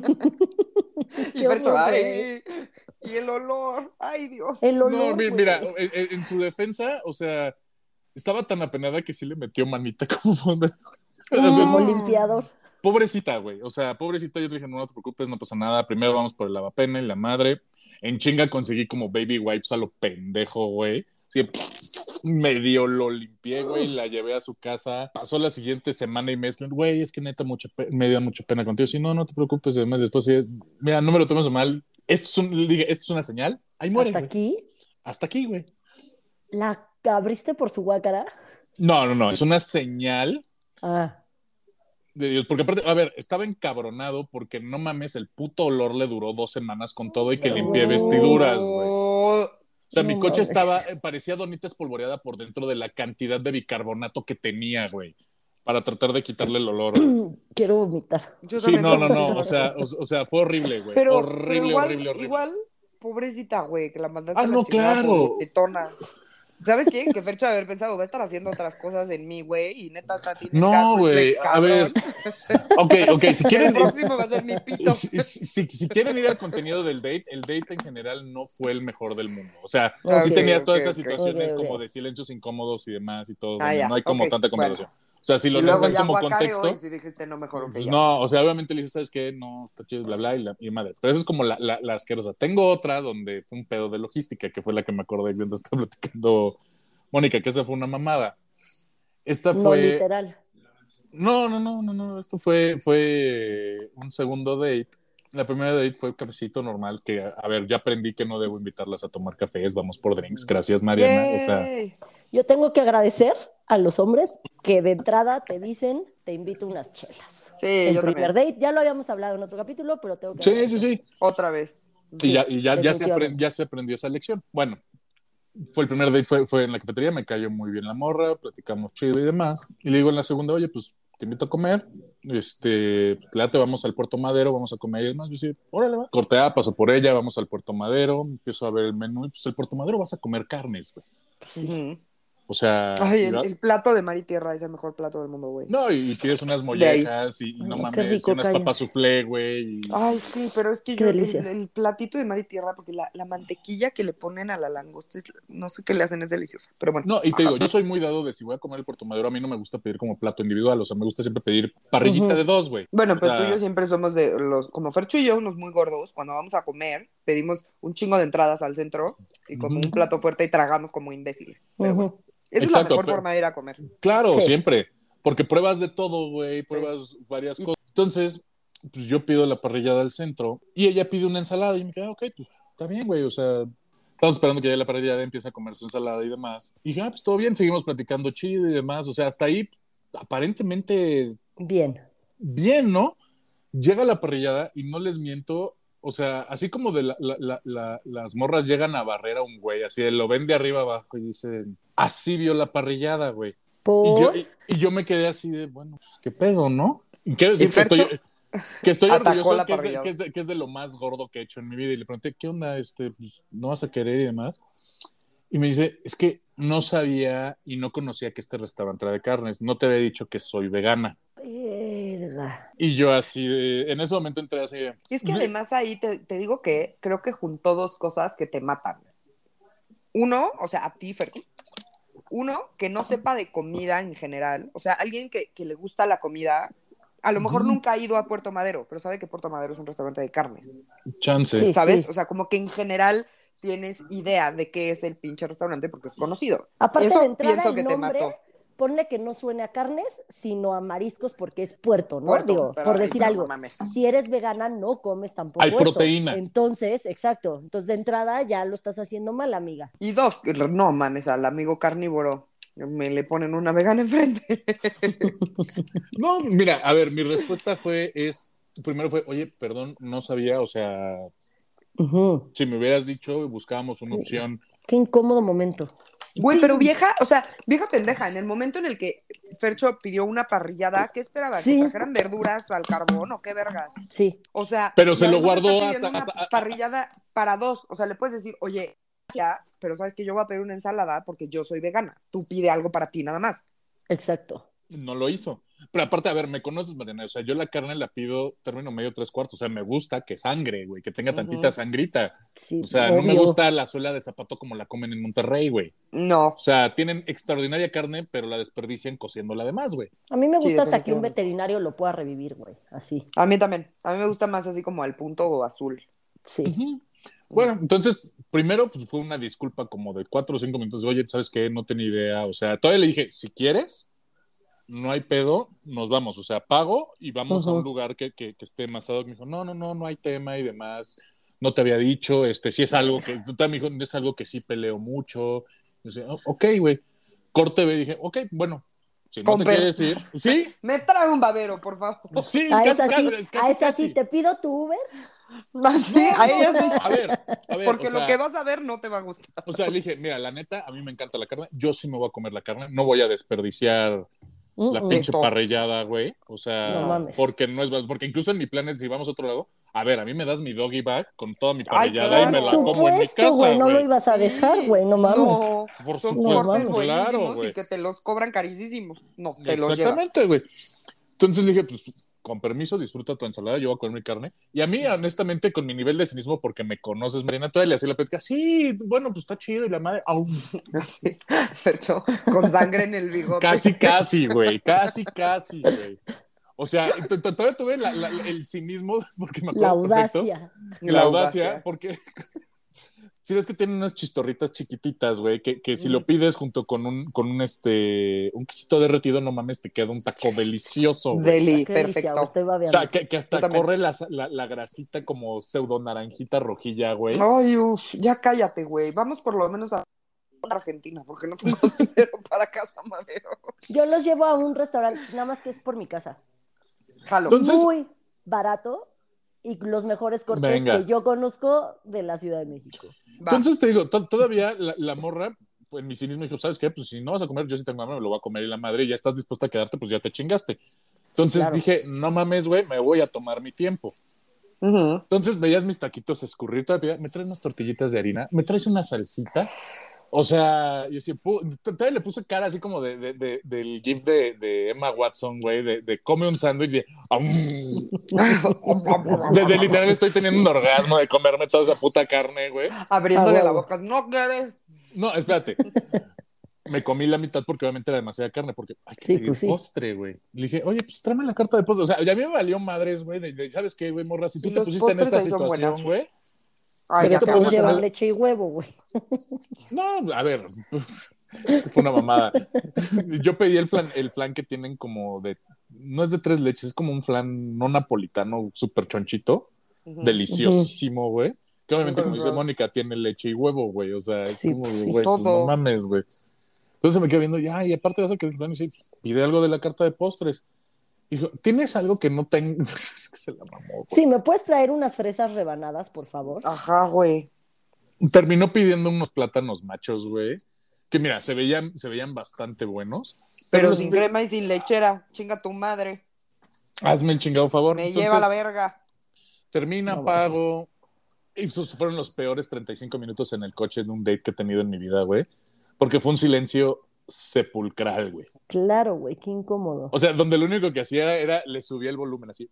Y Qué Fercho, horror, ay, y el olor, ay Dios. El olor, No, güey. mira, en su defensa, o sea, estaba tan apenada que sí le metió manita como... Como limpiador. Pobrecita, güey. O sea, pobrecita, yo le dije, no te preocupes, no pasa nada. Primero vamos por el lavapena y la madre. En chinga conseguí como baby wipes a lo pendejo, güey. Así, medio lo limpié, güey, la llevé a su casa. Pasó la siguiente semana y mes, güey, es que neta me dio mucha pena contigo. Sí, no te preocupes, además después sí, mira, no me lo tomes mal. Esto es una señal. Ahí muere. ¿Hasta güey. aquí? Hasta aquí, güey. ¿La abriste por su guácara? No, es una señal Ah. de Dios, porque aparte, a ver, estaba encabronado porque no mames, el puto olor le duró 2 semanas con todo y que limpié vestiduras, güey. O sea, No mi coche mames. parecía donita espolvoreada por dentro de la cantidad de bicarbonato que tenía, güey, para tratar de quitarle el olor, güey. Quiero vomitar. Yo Sí, también no, quiero o sea, fue horrible, güey. Pero Horrible, horrible. igual, pobrecita, güey, que la mandaste Ah, a la no, chingada claro. por tetona. ¿Sabes qué? Que Fercho de haber pensado, va a estar haciendo otras cosas en mí, güey, y neta está tiene No, güey, a ver. Ok, si El quieren... próximo va a ser mi pito. Si quieren ir al contenido del date, el date en general no fue el mejor del mundo. O sea, Ok, sí tenías todas ok, estas ok. situaciones Ok. como de silencios incómodos y demás y todo, Ah, donde ya, no hay como ok, tanta conversación. bueno. O sea, si Y lo luego necesitan ya como guacareo y contexto, si dijiste no mejor, ok, pues ya. no, o sea, obviamente le dices, ¿sabes qué? No, está chido, bla, bla, y madre. Pero eso es como la asquerosa. Tengo otra donde fue un pedo de logística, que fue la que me acordé viendo, está platicando Mónica, que esa fue una mamada. Esta No fue... literal. No. Esto fue un segundo date. La primera date fue cafecito normal, que, a ver, ya aprendí que no debo invitarlas a tomar cafés, vamos por drinks. Gracias, Mariana. O sea, Yay. Yo tengo que agradecer a los hombres que de entrada te dicen, te invito unas chelas. Sí, El yo primer también. date, ya lo habíamos hablado en otro capítulo, pero tengo que sí. agradecer. Otra vez. Y ya definitivamente. se aprendió esa lección. Bueno, fue el primer date, fue en la cafetería, me cayó muy bien la morra, platicamos chido y demás. Y le digo en la segunda, oye, pues te invito a comer, te vamos al Puerto Madero, vamos a comer y demás. Yo sí, órale, va. Corté A, paso por ella, vamos al Puerto Madero, empiezo a ver el menú, y pues el Puerto Madero vas a comer carnes, güey. Ujú. O sea, Ay, el plato de mar y tierra es el mejor plato del mundo, güey. no, y pides unas De mollejas y no Ay, qué mames, rico, y unas cállate. papas soufflé, güey. Ay, sí, pero es que Qué yo, delicia. el platito de mar y tierra, porque la mantequilla que le ponen a la langosta, no sé qué le hacen, es deliciosa. Pero bueno. No, y te digo, yo soy muy dado de si voy a comer el Puerto Madero, a mí no me gusta pedir como plato individual, o sea, me gusta siempre pedir parrillita de 2, güey. Bueno, O pero sea, tú y yo siempre somos de los, como Fercho y yo, unos muy gordos, cuando vamos a comer, pedimos un chingo de entradas al centro y como un plato fuerte y tragamos como imbéciles. Pero bueno, esa es la Exacto, mejor pero- forma de ir a comer. claro, Sí. siempre, porque pruebas de todo, güey, pruebas varias cosas. Entonces, pues yo pido la parrillada al centro y ella pide una ensalada y me queda, ok, pues está bien, güey, o sea, estamos esperando que ya la parrillada empiece a comer su ensalada y demás. Y dije, pues todo bien, seguimos platicando chido y demás, o sea, hasta ahí aparentemente Bien. bien, ¿no? Llega la parrillada y no les miento, o sea, así como de las morras llegan a barrer a un güey, así de lo ven de arriba abajo y dicen, así vio la parrillada, güey. ¿Por? Y yo me quedé así de, bueno, pues qué pedo, ¿no? Y quiero decir ¿Y Fercho? que estoy Atacó orgulloso, la que parrillada. es de lo más gordo que he hecho en mi vida. Y le pregunté, ¿qué onda? Pues, ¿no vas a querer y demás? Y me dice, es que no sabía y no conocía que este restaurante era de carnes. No te había dicho que soy vegana. Verga. Y yo así, en ese momento entré así de... Y es que además ahí te digo que creo que juntó dos cosas que te matan. Uno, o sea, a ti, Fer. Uno, que no sepa de comida en general. O sea, alguien que le gusta la comida, a lo mejor nunca ha ido a Puerto Madero, pero sabe que Puerto Madero es un restaurante de carne. Chance. Sí. ¿Sabes? O sea, como que en general tienes idea de qué es el pinche restaurante porque es conocido. Aparte Eso de entrada, pienso el que te nombre mató. ponle que no suene a carnes, sino a mariscos porque es puerto, ¿no? Puerto, Digo, pero por ahí decir no algo. mames. Si eres vegana, no comes tampoco Hay eso. proteína. Entonces, exacto. Entonces, de entrada ya lo estás haciendo mal, amiga. Y dos, no mames, al amigo carnívoro me le ponen una vegana enfrente. No, mira, a ver, mi respuesta primero fue, oye, perdón, no sabía, o sea, Ujú. si me hubieras dicho, buscábamos una opción. Qué incómodo momento. Güey, pero vieja, o sea, vieja pendeja, en el momento en el que Fercho pidió una parrillada, ¿qué esperaba? ¿Que Sí. trajeran verduras al carbón o qué vergas? Sí. O sea, Pero y se lo además está guardó pidiendo hasta una parrillada para dos. O sea, le puedes decir, oye, gracias, pero sabes que yo voy a pedir una ensalada porque yo soy vegana. Tú pide algo para ti nada más. Exacto. No lo hizo. Pero aparte, a ver, me conoces, Mariana, o sea, yo la carne la pido término medio 3/4, o sea, me gusta que sangre, güey, que tenga tantita sangrita. Sí, O sea, no me obvio. gusta la suela de zapato como la comen en Monterrey, güey. No, O sea, tienen extraordinaria carne, pero la desperdician cociéndola de más, güey. A mí me sí, gusta hasta que un definitivamente. veterinario lo pueda revivir, güey. Así. A mí también. A mí me gusta más así como al punto azul. Sí. Ujú. Bueno, entonces, primero, pues fue una disculpa como de 4 o 5 minutos. Oye, ¿sabes qué? No tenía idea. O sea, todavía le dije, si quieres, no hay pedo, nos vamos. O sea, pago y vamos a un lugar que esté más ad hoc. Me dijo, no hay tema y demás. No te había dicho, si es algo que, tú también me dijo, es algo que sí peleo mucho. Yo decía, ok, güey. Corte, ve, dije, ok, bueno, si no te Comper. quieres ir, sí, Me trae un babero, por favor. sí, A casi, esa sí, casi, a casi, esa sí, casi. te pido tu Uber. Sí, a ella sí. A ver, Porque o sea, lo que vas a ver no te va a gustar. o sea, le dije, mira, la neta, a mí me encanta la carne, yo sí me voy a comer la carne, no voy a desperdiciar la pinche Esto. parrillada, güey, o No sea, mames. porque no es, porque incluso en mi plan es, si vamos a otro lado, a ver, a mí me das mi doggy bag con toda mi Ay, parrillada y claro. me Por la como en mi supuesto, casa, güey, no lo güey. ibas a dejar, güey, no mames. No, Por son supuesto, cortes mames. claro, buenísimos güey. y que te los cobran carísimos. No, te los llevas. Exactamente, güey. Entonces le dije, pues, con permiso, disfruta tu ensalada, yo voy a comer mi carne. Y a mí, honestamente, con mi nivel de cinismo, porque me conoces, Mariana, todavía le hacía la plática, sí, bueno, pues está chido, y la madre, au. Fercho, con sangre en el bigote. Casi, güey, casi, güey. O sea, todavía tuve el cinismo, porque me La acuerdo perfecto. audacia. La audacia, porque si ves que tienen unas chistorritas chiquititas, güey, que si lo pides junto con un quesito derretido, no mames, te queda un taco delicioso, güey. Deli, Qué delicia, güey, perfecto. estoy O babeando. sea, que hasta Yo también. corre la grasita como pseudo naranjita rojilla, güey. Ay, uf, ya cállate, güey. Vamos por lo menos a Argentina, porque no tengo dinero para Casa Madero. Yo los llevo a un restaurante, nada más que es por mi casa. Jalo. Entonces- Muy barato y los mejores cortes Venga. que yo conozco de la Ciudad de México. Va. Entonces te digo, todavía la morra, pues en mi cinismo dijo, ¿sabes qué? Pues si no vas a comer, yo sí tengo hambre, me lo voy a comer y la madre, y ya estás dispuesta a quedarte, pues ya te chingaste. Entonces Claro. dije, no mames, güey, me voy a tomar mi tiempo. Ujú. Entonces veías mis taquitos escurrir, todavía, ¿me traes unas tortillitas de harina? ¿Me traes una salsita? O sea, yo decía, todavía le puse cara así como del gif de Emma Watson, güey, de come un sándwich de literal estoy teniendo un orgasmo de comerme toda esa puta carne, güey. Abriéndole Ah, la huevo. boca. No quieres. No, espérate. Me comí la mitad porque obviamente era demasiada carne, porque hay que Sí, pedir pues sí. postre, güey. Le dije, oye, pues tráeme la carta de postre. O sea, ya a mí me valió madres, güey, ¿sabes qué, güey, morra? Si tú Y te los pusiste en postres esta ahí son situación, buenazos. güey. Ay, Pero ya te te pones puedes en llevar el- leche y huevo, güey. No, a ver, es que fue una mamada. Yo pedí el flan que tienen como no es de 3 leches, es como un flan no napolitano, súper chonchito, Ujú. deliciosísimo, güey. Que obviamente, como dice Ujú. Mónica, tiene leche y huevo, güey. O sea, es Sí, como, sí. güey, pues no Todo. mames, güey. Entonces me quedé viendo, ya, y aparte vas a querer y sí, pide algo de la carta de postres. Y dijo, ¿tienes algo que no tenga? Es que se la mamó, güey. Sí, ¿me puedes traer unas fresas rebanadas, por favor? Ajá, güey. Terminó pidiendo unos plátanos machos, güey. Que mira, se veían bastante buenos. Pero los sin pi- crema y sin lechera. Chinga tu madre. Hazme el chingado favor. Me Entonces, lleva la verga. termina, No pago. Y esos fueron los peores 35 minutos en el coche de un date que he tenido en mi vida, güey. Porque fue un silencio sepulcral, güey. Claro, güey, qué incómodo. O sea, donde lo único que hacía era le subía el volumen así.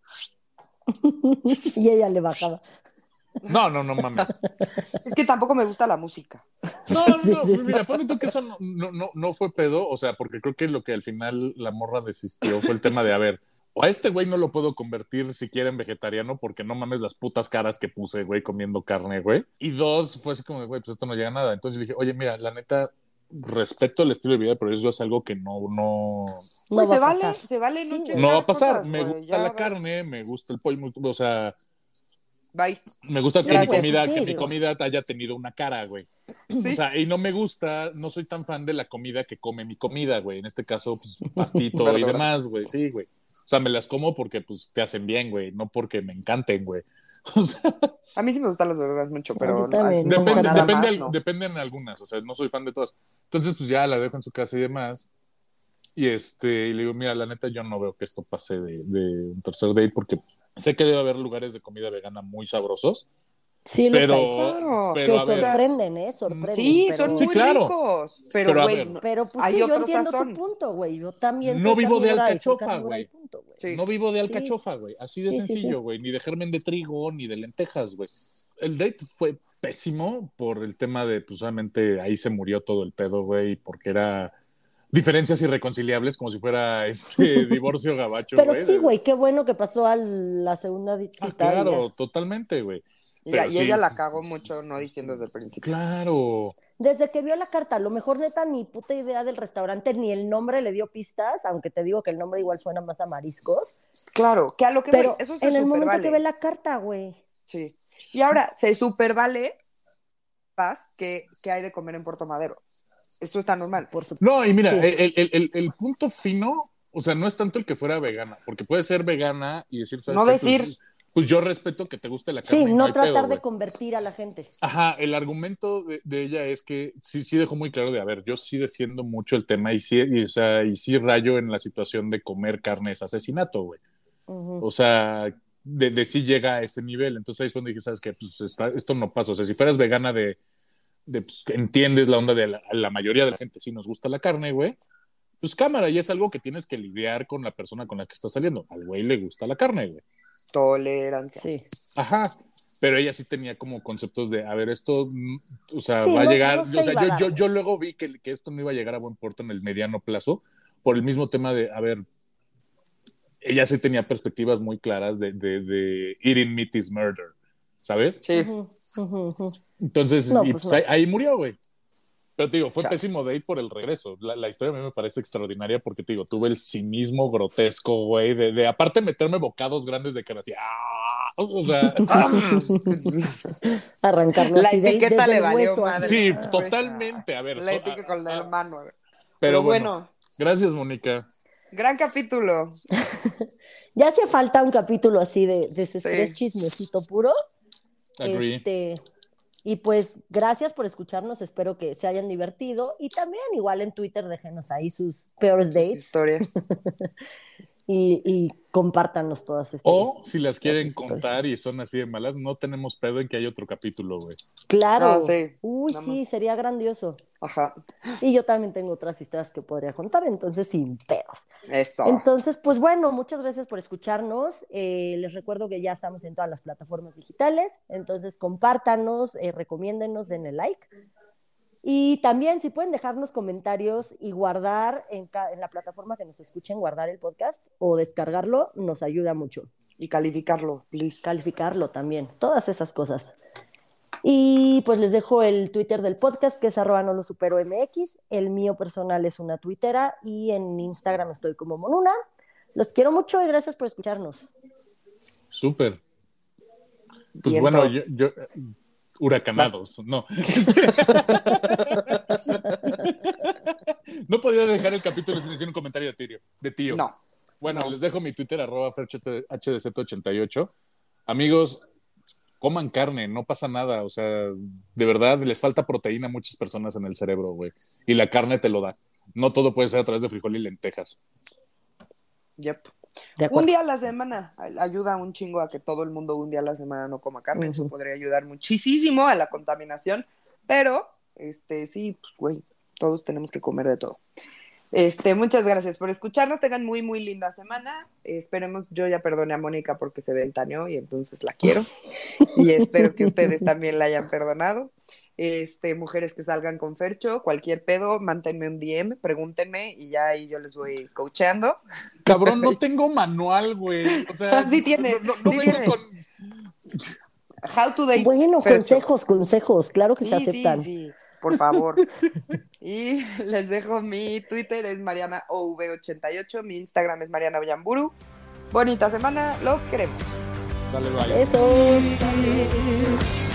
Y ella le bajaba. No mames. Es que tampoco me gusta la música. No, Sí, sí, sí. mira, ponle tú que eso no fue pedo, o sea, porque creo que lo que al final la morra desistió fue el tema de, a ver, o a este güey no lo puedo convertir siquiera en vegetariano porque no mames las putas caras que puse, güey, comiendo carne, güey. Y dos, fue así como, güey, pues esto no llega a nada. Entonces dije, oye, mira, la neta, respeto el estilo de vida, pero eso es algo que no No Pues va se a vale, pasar. se vale Sí, no güey. chingar no va a pasar. cosas, Me güey, gusta ya, la bye. carne, me gusta el pollo, o sea, Bye. me gusta Sí, que mi pues, comida, sí, que mi digo. comida haya tenido una cara, güey. O Sí. sea, y no me gusta, no soy tan fan de la comida que come mi comida, güey. En este caso, pues, pastito y Verdura. demás, güey. Sí, güey. O sea, me las como porque, pues, te hacen bien, güey. No porque me encanten, güey. O sea, A mí sí me gustan las verduras mucho, No, pero yo también, me como depende, encanta. nada más, no. dependen algunas. O sea, no soy fan de todas. Entonces, pues, ya la dejo en su casa y demás. Y y le digo, mira, la neta, yo no veo que esto pase de un tercer date porque sé que debe haber lugares de comida vegana muy sabrosos. Sí, los hay. Claro. Pero Que a ver, sorprenden, sorprenden. Sí, son sí, muy claro. ricos, Pero pero a güey, ver, Pero pues hay sí, yo otro entiendo tu sazón. punto, güey. Yo también no soy vivo de carnívora y soy alcachofa, carnívora y güey. punto, güey. Sí. No vivo de Sí. alcachofa, güey. Así de Sí, sí, sencillo, sí. güey. Ni de germen de trigo, ni de lentejas, güey. El date fue pésimo por el tema de, pues, obviamente, ahí se murió todo el pedo, güey, porque era diferencias irreconciliables, como si fuera divorcio gabacho, Pero güey. sí, güey, qué bueno que pasó a la segunda Ah, cita y ya. claro, totalmente, güey. Pero Y sí, ella la cagó mucho no diciendo desde el principio. claro. Desde que vio la carta, a lo mejor neta ni puta idea del restaurante, ni el nombre le dio pistas, aunque te digo que el nombre igual suena más a mariscos. Claro, que a lo que Pero voy, eso se en el super momento que ve vale. la carta, güey. Sí. Y ahora, se super vale, Paz, que hay de comer en Puerto Madero. Eso está normal. Por su... No, y mira, Sí. el punto fino, o sea, no es tanto el que fuera vegana, porque puede ser vegana y decir, ¿sabes No qué? decir. Pues yo respeto que te guste la carne Sí, y no no hay tratar pedo, de güey. convertir a la gente. Ajá, el argumento de ella es que sí dejó muy claro de, a ver, yo sí defiendo mucho el tema o sea, y sí rayo en la situación de comer carne es asesinato, güey. Ujú. O sea, de sí llega a ese nivel. Entonces ahí es cuando dije, ¿sabes qué? Pues esto no pasa. O sea, si fueras vegana pues, entiendes la onda de la mayoría de la gente sí nos gusta la carne, güey. Pues cámara, y es algo que tienes que lidiar con la persona con la que estás saliendo. Al güey le gusta la carne, güey. Tolerancia. Sí. Ajá. Pero ella sí tenía como conceptos de, a ver, esto, o sea, Sí, va a no- llegar. no se O sea, iba a dar, yo güey. luego vi que esto no iba a llegar a buen puerto en el mediano plazo, por el mismo tema de, a ver, ella sí tenía perspectivas muy claras de eating meat is murder, ¿sabes? Sí. Ujú, ujú, ujú. Entonces, No, y pues pues no. ahí murió, güey. Pero te digo, fue Chale. pésimo date por el regreso. La historia a mí me parece extraordinaria porque te digo, tuve el cinismo grotesco, güey, de aparte meterme bocados grandes de cara. O sea, Arrancarlo La así etiqueta desde le el valió hueso. madre. sí, Ah. totalmente. A ver, La etiqueta con la mano. pero Pero bueno, bueno, gracias, Mónica. gran capítulo. Ya hacía falta un capítulo así de desestrés Sí. chismecito puro. Agree. Y pues gracias por escucharnos, espero que se hayan divertido y también igual en Twitter déjenos ahí sus peores Sus dates historias. y compártanos todas O si las todas quieren sus historias. contar y son así de malas, no tenemos pedo en que haya otro capítulo, güey. Claro. Ah, sí. Uy, Nada sí, más. sería grandioso. Ajá. Y yo también tengo otras historias que podría contar, entonces sin pedos. Eso. Entonces, pues bueno, muchas gracias por escucharnos. Les recuerdo que ya estamos en todas las plataformas digitales, entonces compártanos, recomiéndenos, denle like. Y también si pueden dejarnos comentarios y guardar en la plataforma que nos escuchen, guardar el podcast o descargarlo, nos ayuda mucho. Y calificarlo, please. Calificarlo también, todas esas cosas. Y pues les dejo el Twitter del podcast, que es @nolosuperomx. El mío personal es una tuitera y en Instagram estoy como Monuna. Los quiero mucho y gracias por escucharnos. Súper. Pues Vientos. bueno, yo huracanados, no. No podía dejar el capítulo sin decir un comentario de tío. No. Bueno, No. les dejo mi Twitter, @FerchoHDZ88. Amigos, coman carne, no pasa nada. O sea, de verdad, les falta proteína a muchas personas en el cerebro, güey. Y la carne te lo da. No todo puede ser a través de frijol y lentejas. Yep. De acuerdo. Un día a la semana ayuda un chingo a que todo el mundo un día a la semana no coma carne. Eso podría ayudar muchísimo a la contaminación. Pero, sí, pues, güey, todos tenemos que comer de todo. Muchas gracias por escucharnos. Tengan muy, muy linda semana. Esperemos, yo ya perdoné a Mónica porque se ventaneó y entonces la quiero. Y espero que ustedes también la hayan perdonado. Mujeres que salgan con Fercho, cualquier pedo, mándenme un DM, pregúntenme y ya ahí yo les voy coacheando. Cabrón, no tengo manual, güey. O sea, Sí tienes, no sí vengo tienes. con... How to date Bueno, Fercho. consejos, claro que se Sí, aceptan. sí, por favor. Y les dejo mi Twitter, es MarianaOV88, mi Instagram es Mariana Ollamburu. Bonita semana, los queremos. Sale, bye. Besos.